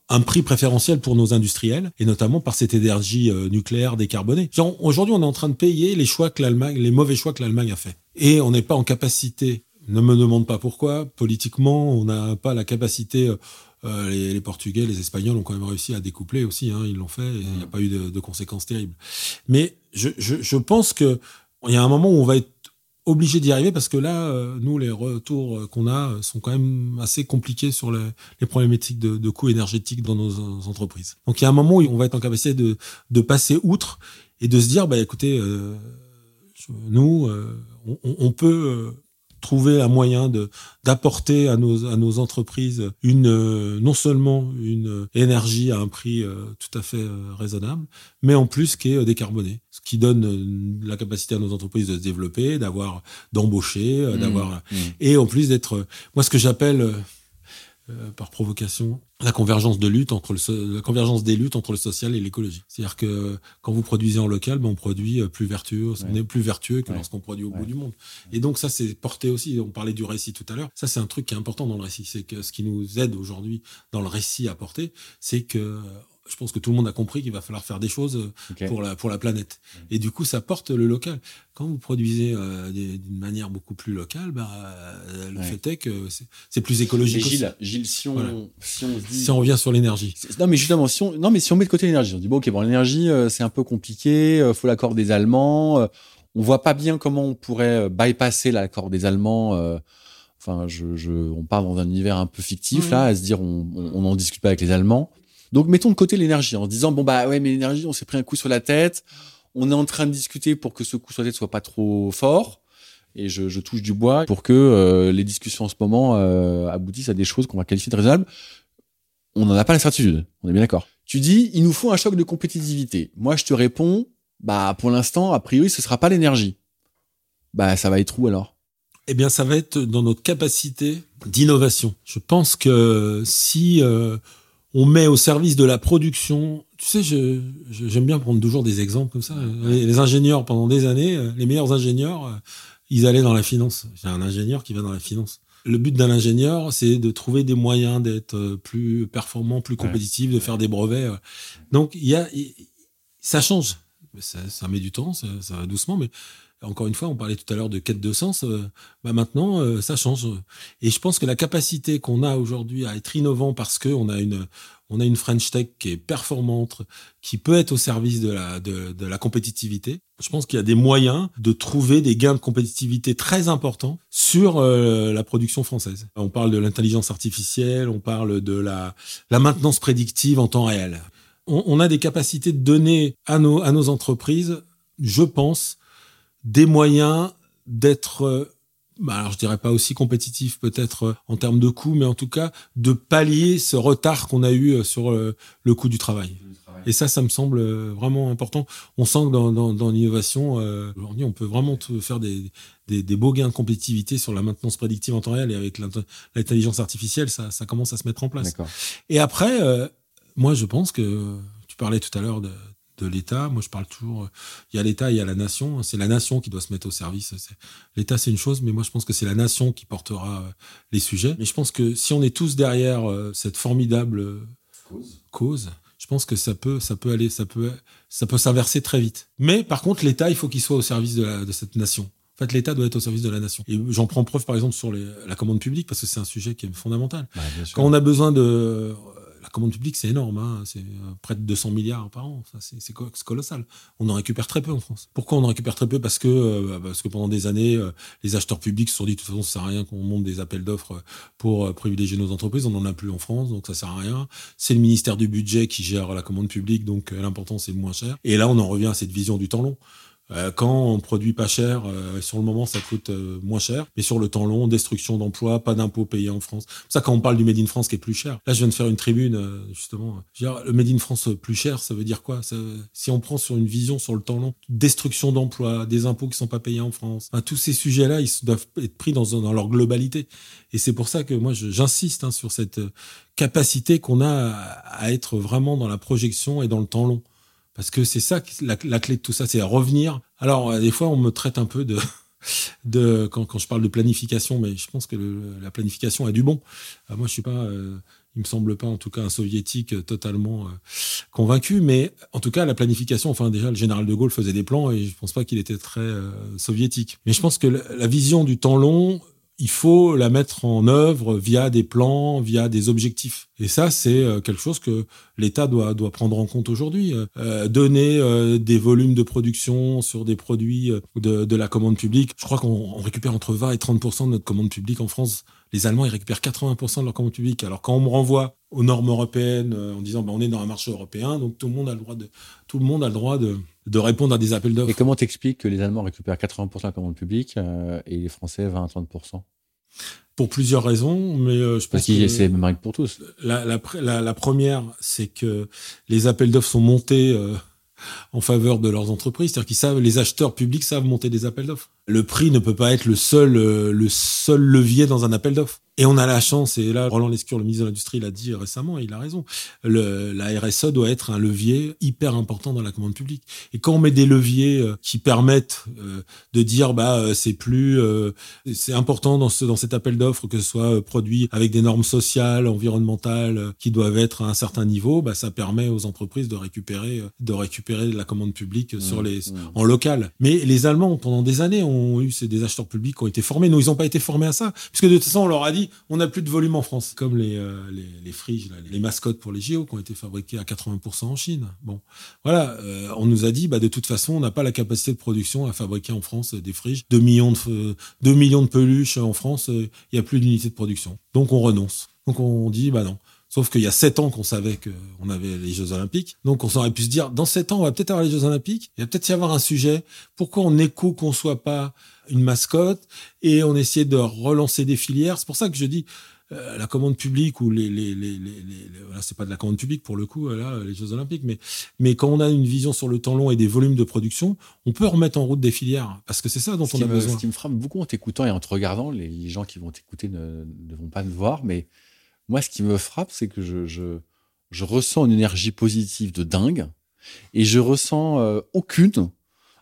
un prix préférentiel pour nos industriels, et notamment par cette énergie euh, nucléaire décarbonée. Genre, aujourd'hui, on est en train de payer les choix que l'Allemagne, les mauvais choix que l'Allemagne a fait. Et on n'est pas en capacité, ne me demande pas pourquoi, politiquement, on n'a pas la capacité, euh, les, les Portugais, les Espagnols ont quand même réussi à découpler aussi, hein, ils l'ont fait, et il n'y a pas eu de, de conséquences terribles. Mais je, je, je pense que il y a un moment où on va être obligé d'y arriver, parce que là, euh, nous, les retours qu'on a sont quand même assez compliqués sur les, les problématiques de, de coûts énergétiques dans nos, nos entreprises. Donc il y a un moment où on va être en capacité de, de passer outre et de se dire, bah écoutez, euh, je, nous, euh, on, on peut euh, trouver un moyen de d'apporter à nos à nos entreprises une euh, non seulement une énergie à un prix euh, tout à fait euh, raisonnable, mais en plus qui est euh, décarbonée, ce qui donne euh, la capacité à nos entreprises de se développer, d'avoir d'embaucher, euh, mmh, d'avoir mmh. et en plus d'être euh, moi ce que j'appelle euh, Euh, par provocation, la convergence de lutte entre le, la convergence des luttes entre le social et l'écologie. C'est-à-dire que quand vous produisez en local, ben on produit plus vertueux, ouais. on est plus vertueux que ouais. lorsqu'on produit au ouais. bout du monde. Et donc ça, c'est porté aussi. On parlait du récit tout à l'heure. Ça, c'est un truc qui est important dans le récit. C'est que ce qui nous aide aujourd'hui dans le récit à porter, c'est que je pense que tout le monde a compris qu'il va falloir faire des choses okay. pour la pour la planète. Et du coup, ça porte le local. Quand vous produisez euh, d'une manière beaucoup plus locale, bah, euh, le ouais. fait est que c'est, c'est plus écologique. Mais Gilles, aussi. Gilles, si on voilà. si on dit... si on revient sur l'énergie. Non, mais justement, si on non, mais si on met de côté l'énergie, on dit bon, ok, bon, l'énergie, euh, c'est un peu compliqué. Euh, faut l'accord des Allemands. Euh, on voit pas bien comment on pourrait bypasser l'accord des Allemands. Euh, enfin, je, je, on part dans un univers un peu fictif mmh. là, à se dire on, on, on en discute pas avec les Allemands. Donc, mettons de côté l'énergie en se disant, bon, bah, ouais, mais l'énergie, on s'est pris un coup sur la tête. On est en train de discuter pour que ce coup sur la tête soit pas trop fort. Et je, je touche du bois pour que euh, les discussions en ce moment euh, aboutissent à des choses qu'on va qualifier de raisonnables. On n'en a pas la certitude. On est bien d'accord. Tu dis, il nous faut un choc de compétitivité. Moi, je te réponds, bah, pour l'instant, a priori, ce sera pas l'énergie. Bah, ça va être où alors? Eh bien, ça va être dans notre capacité d'innovation. Je pense que si, euh, on met au service de la production. Tu sais, je, je, j'aime bien prendre toujours des exemples comme ça. Les, les ingénieurs, pendant des années, les meilleurs ingénieurs, ils allaient dans la finance. J'ai un ingénieur qui va dans la finance. Le but d'un ingénieur, c'est de trouver des moyens d'être plus performant, plus compétitif, de faire des brevets. Donc, il y a, ça change. Ça, ça met du temps, ça, ça va doucement, mais encore une fois, on parlait tout à l'heure de quête de sens. Euh, bah maintenant, euh, ça change. Et je pense que la capacité qu'on a aujourd'hui à être innovant parce que on a une, on a une French Tech qui est performante, qui peut être au service de la, de, de la compétitivité. Je pense qu'il y a des moyens de trouver des gains de compétitivité très importants sur euh, la production française. On parle de l'intelligence artificielle, on parle de la, la maintenance prédictive en temps réel. On, on a des capacités de donner à nos, à nos entreprises, je pense, des moyens d'être, bah alors je dirais pas aussi compétitif peut-être en termes de coûts, mais en tout cas de pallier ce retard qu'on a eu sur le, le coût du travail. travail. Et ça, ça me semble vraiment important. On sent que dans, dans, dans l'innovation, euh, aujourd'hui, on peut vraiment faire des, des, des beaux gains de compétitivité sur la maintenance prédictive en temps réel, et avec l'intelligence artificielle, ça, ça commence à se mettre en place. D'accord. Et après, euh, moi, je pense que tu parlais tout à l'heure de de l'État. Moi, je parle toujours, il y a l'État, il y a la nation. C'est la nation qui doit se mettre au service. C'est, l'État, c'est une chose, mais moi, je pense que c'est la nation qui portera les sujets. Mais je pense que si on est tous derrière cette formidable cause, cause je pense que ça peut, ça peut aller, ça peut, ça peut s'inverser très vite. Mais par contre, l'État, il faut qu'il soit au service de, la, de cette nation. En fait, l'État doit être au service de la nation. Et j'en prends preuve, par exemple, sur les, la commande publique, parce que c'est un sujet qui est fondamental. Bah, quand on a besoin de... La commande publique, c'est énorme, hein. C'est près de deux cents milliards par an. Ça, c'est, c'est, c'est colossal. On en récupère très peu en France. Pourquoi on en récupère très peu? Parce que, euh, parce que pendant des années, euh, les acheteurs publics se sont dit, de toute façon, ça sert à rien qu'on monte des appels d'offres pour euh, privilégier nos entreprises. On n'en a plus en France, donc ça sert à rien. C'est le ministère du budget qui gère la commande publique, donc euh, l'important, c'est le moins cher. Et là, on en revient à cette vision du temps long. Euh, quand on produit pas cher, euh, sur le moment ça coûte euh, moins cher, mais sur le temps long, destruction d'emplois, pas d'impôts payés en France. C'est pour ça quand on parle du Made in France qui est plus cher. Là, je viens de faire une tribune euh, justement. Je veux dire, le Made in France plus cher, ça veut dire quoi? Ça, si on prend sur une vision sur le temps long, destruction d'emplois, des impôts qui sont pas payés en France, enfin, tous ces sujets-là, ils doivent être pris dans, dans leur globalité. Et c'est pour ça que moi, je, j'insiste hein, sur cette capacité qu'on a à, à être vraiment dans la projection et dans le temps long. Parce que c'est ça, la, la clé de tout ça, c'est à revenir. Alors, des fois, on me traite un peu de, de quand, quand je parle de planification, mais je pense que le, la planification a du bon. Euh, moi, je suis pas, euh, il me semble pas, en tout cas, un soviétique euh, totalement euh, convaincu, mais en tout cas, la planification, enfin déjà, le général de Gaulle faisait des plans et je pense pas qu'il était très euh, soviétique. Mais je pense que la, la vision du temps long, il faut la mettre en œuvre via des plans, via des objectifs. Et ça, c'est quelque chose que l'État doit, doit prendre en compte aujourd'hui. Euh, donner euh, des volumes de production sur des produits de, de la commande publique. Je crois qu'on on récupère entre vingt et trente pour cent de notre commande publique en France. Les Allemands, ils récupèrent quatre-vingts pour cent de leur commande publique. Alors quand on me renvoie aux normes européennes euh, en disant bah, on est dans un marché européen, donc tout le monde a le droit de, tout le monde a le droit de, de répondre à des appels d'offres. Et comment t'expliques que les Allemands récupèrent quatre-vingts pour cent de la commande publique euh, et les Français vingt à trente pour cent? Pour plusieurs raisons, mais euh, je pense Parce que que c'est les mêmes règles pour tous. La, la, la, la première, c'est que les appels d'offres sont montés euh, en faveur de leurs entreprises, c'est-à-dire qu'ils savent, les acheteurs publics savent monter des appels d'offres. Le prix ne peut pas être le seul, euh, le seul levier dans un appel d'offres. Et on a la chance, et là, Roland Lescure, le ministre de l'Industrie, l'a dit récemment, et il a raison. Le, la R S E doit être un levier hyper important dans la commande publique. Et quand on met des leviers euh, qui permettent euh, de dire, bah, euh, c'est plus, euh, c'est important dans ce, dans cet appel d'offres que ce soit euh, produit avec des normes sociales, environnementales, euh, qui doivent être à un certain niveau, bah, ça permet aux entreprises de récupérer, euh, de récupérer la commande publique mmh, sur les, mmh. en local. Mais les Allemands, pendant des années, ont eu, c'est des acheteurs publics qui ont été formés. Nous, ils n'ont pas été formés à ça, puisque de toute façon, on leur a dit, on n'a plus de volume en France, comme les euh, les, les friges, là, les mascottes pour les J O qui ont été fabriquées à quatre-vingts pour cent en Chine. Bon, voilà, euh, on nous a dit, bah de toute façon, on n'a pas la capacité de production à fabriquer en France des friges. Deux millions de euh, deux millions de peluches en France, il euh, y a plus d'unités de production. Donc on renonce. Donc on dit, bah non. Sauf qu'il y a sept ans qu'on savait qu'on avait les Jeux Olympiques. Donc, on aurait pu se dire, dans sept ans, on va peut-être avoir les Jeux Olympiques. Il va peut-être y avoir un sujet. Pourquoi on éco-conçoit pas une mascotte et on essayait de relancer des filières? C'est pour ça que je dis, euh, la commande publique ou les, les, les, les, les, les voilà, c'est pas de la commande publique pour le coup, là, les Jeux Olympiques, mais, mais quand on a une vision sur le temps long et des volumes de production, on peut remettre en route des filières. Parce que c'est ça dont ce on a me, besoin. Ce qui me frappe beaucoup en t'écoutant et en te regardant, les, les gens qui vont t'écouter ne, ne vont pas me voir, mais moi, ce qui me frappe, c'est que je, je, je ressens une énergie positive de dingue et je ressens euh, aucune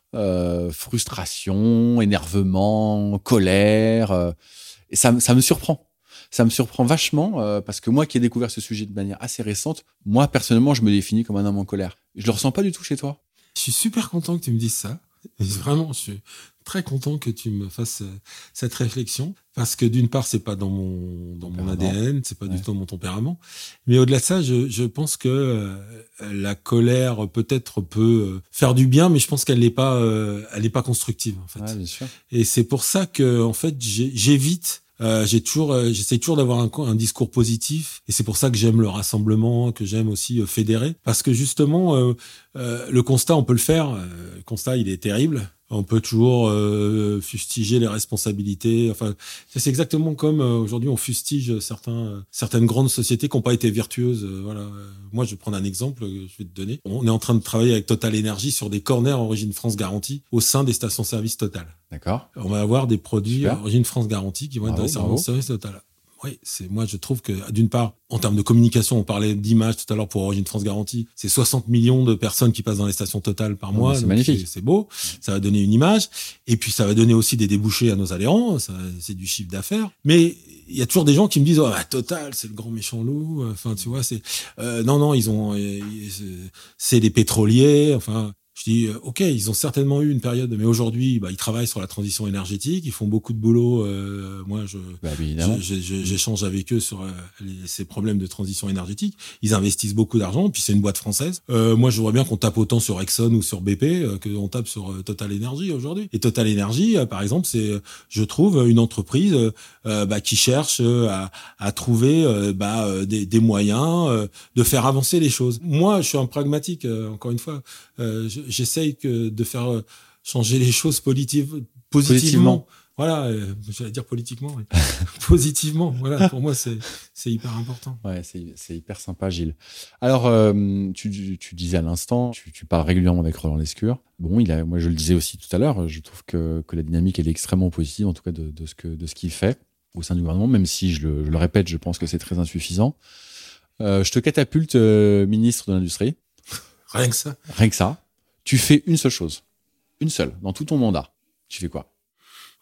euh, frustration, énervement, colère. Euh, et ça, ça me surprend. Ça me surprend vachement euh, parce que moi qui ai découvert ce sujet de manière assez récente, moi, personnellement, je me définis comme un homme en colère. Je le ressens pas du tout chez toi. Je suis super content que tu me dises ça. Et vraiment, je suis très content que tu me fasses cette réflexion parce que d'une part, c'est pas dans mon dans mon A D N, c'est pas ouais. du tout dans mon tempérament. Mais au-delà de ça, je je pense que euh, la colère peut-être peut faire du bien, mais je pense qu'elle n'est pas euh, elle n'est pas constructive en fait. Ouais, bien sûr. Et c'est pour ça que en fait, j'ai, j'évite. Euh, j'ai toujours, euh, j'essaie toujours d'avoir un, un discours positif, et c'est pour ça que j'aime le rassemblement, que j'aime aussi euh, fédérer, parce que justement, euh, euh, le constat, on peut le faire. Euh, le constat, il est terrible. On peut toujours euh, fustiger les responsabilités. Enfin, c'est exactement comme euh, aujourd'hui on fustige certains, euh, certaines grandes sociétés qui n'ont pas été vertueuses. Euh, voilà. Moi, je vais prendre un exemple que je vais te donner. On est en train de travailler avec Total Énergie sur des corners Origine France Garantie au sein des stations-service Total. D'accord. On va avoir des produits Super. Origine France Garantie qui vont bravo, être dans les stations-service Total. Oui, c'est moi je trouve que d'une part en termes de communication, on parlait d'image tout à l'heure pour Origine France Garantie, c'est soixante millions de personnes qui passent dans les stations Total par mois, c'est magnifique, c'est, c'est beau, ça va donner une image et puis ça va donner aussi des débouchés à nos adhérents, ça, c'est du chiffre d'affaires. Mais il y a toujours des gens qui me disent oh, bah, Total, c'est le grand méchant loup, enfin tu vois, c'est euh, non non, ils ont euh, c'est des pétroliers, enfin je dis, ok, ils ont certainement eu une période, mais aujourd'hui, bah, ils travaillent sur la transition énergétique, ils font beaucoup de boulot. Euh, moi, je, bah, je, je, je j'échange avec eux sur euh, les, ces problèmes de transition énergétique. Ils investissent beaucoup d'argent, puis c'est une boîte française. Euh, moi, je vois bien qu'on tape autant sur Exxon ou sur B P euh, qu'on tape sur euh, Total Energy aujourd'hui. Et Total Energy, euh, par exemple, c'est, je trouve, une entreprise euh, bah, qui cherche euh, à, à trouver euh, bah, des, des moyens euh, de faire avancer les choses. Moi, je suis un pragmatique, euh, encore une fois. Euh, je, J'essaye que de faire changer les choses positive, positivement. positivement. Voilà, euh, j'allais dire politiquement, mais positivement. Voilà, pour moi, c'est, c'est hyper important. Ouais, c'est, c'est hyper sympa, Gilles. Alors, euh, tu, tu disais à l'instant, tu, tu parles régulièrement avec Roland Lescure. Bon, il a, moi, je le disais aussi tout à l'heure, je trouve que, que la dynamique, elle est extrêmement positive, en tout cas, de, de, ce, que, de ce qu'il fait au sein du gouvernement, même si, je le, je le répète, je pense que c'est très insuffisant. Euh, je te catapulte euh, ministre de l'Industrie. Rien que ça. Rien que ça. Tu fais une seule chose. Une seule. Dans tout ton mandat. Tu fais quoi?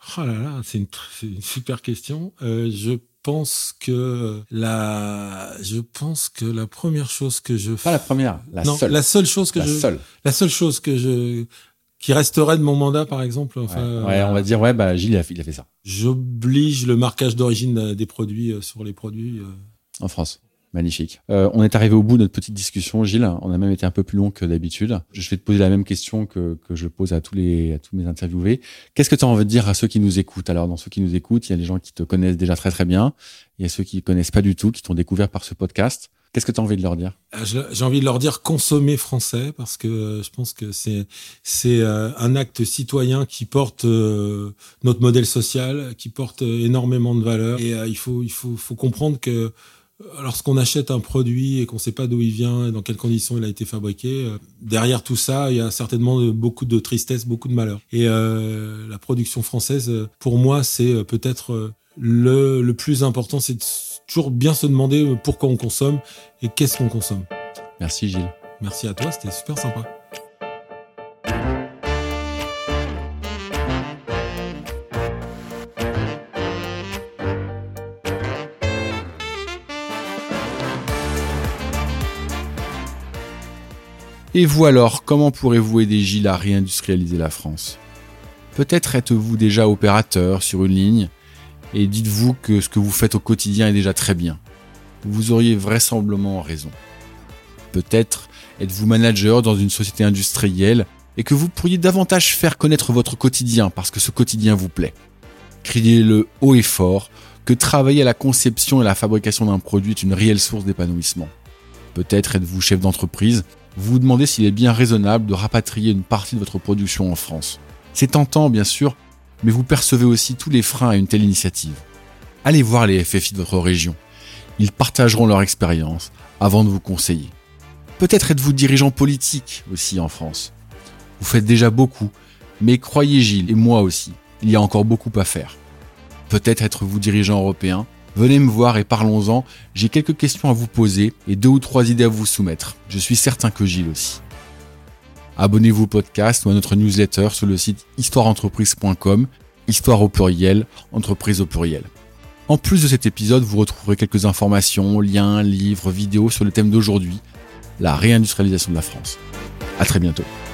Oh là là, c'est une, c'est une super question. Euh, je pense que la, je pense que la première chose que je Pas la première, la non, seule. la seule chose que la je, seule. la seule chose que je, qui resterait de mon mandat, par exemple. Enfin, Ouais, ouais on va dire, ouais, bah, Gilles, il a fait, il a fait ça. J'oblige le marquage d'origine des produits sur les produits. En France. Magnifique. Euh, on est arrivé au bout de notre petite discussion, Gilles. On a même été un peu plus long que d'habitude. Je vais te poser la même question que, que je pose à tous les, à tous mes interviewés. Qu'est-ce que tu as envie de dire à ceux qui nous écoutent? Alors, dans ceux qui nous écoutent, il y a des gens qui te connaissent déjà très très bien. Il y a ceux qui ne connaissent pas du tout, qui t'ont découvert par ce podcast. Qu'est-ce que tu as envie de leur dire? J'ai envie de leur dire consommer français, parce que je pense que c'est c'est un acte citoyen qui porte notre modèle social, qui porte énormément de valeurs. Et il faut il faut faut comprendre que lorsqu'on achète un produit et qu'on ne sait pas d'où il vient et dans quelles conditions il a été fabriqué, euh, derrière tout ça, il y a certainement de, beaucoup de tristesse, beaucoup de malheur. Et euh, la production française, pour moi, c'est peut-être le, le plus important, c'est de toujours bien se demander pourquoi on consomme et qu'est-ce qu'on consomme. Merci Gilles. Merci à toi, c'était super sympa. Et vous alors, comment pourrez-vous aider Gilles à réindustrialiser la France? Peut-être êtes-vous déjà opérateur sur une ligne et dites-vous que ce que vous faites au quotidien est déjà très bien. Vous auriez vraisemblablement raison. Peut-être êtes-vous manager dans une société industrielle et que vous pourriez davantage faire connaître votre quotidien parce que ce quotidien vous plaît. Criez-le haut et fort que travailler à la conception et la fabrication d'un produit est une réelle source d'épanouissement. Peut-être êtes-vous chef d'entreprise. Vous vous demandez s'il est bien raisonnable de rapatrier une partie de votre production en France. C'est tentant, bien sûr, mais vous percevez aussi tous les freins à une telle initiative. Allez voir les F F I de votre région. Ils partageront leur expérience avant de vous conseiller. Peut-être êtes-vous dirigeant politique aussi en France. Vous faites déjà beaucoup, mais croyez Gilles et moi aussi, il y a encore beaucoup à faire. Peut-être êtes-vous dirigeant européen. Venez me voir et parlons-en, j'ai quelques questions à vous poser et deux ou trois idées à vous soumettre. Je suis certain que Gilles aussi. Abonnez-vous au podcast ou à notre newsletter sur le site histoire entreprise point com, histoire au pluriel, entreprise au pluriel. En plus de cet épisode, vous retrouverez quelques informations, liens, livres, vidéos sur le thème d'aujourd'hui, la réindustrialisation de la France. À très bientôt.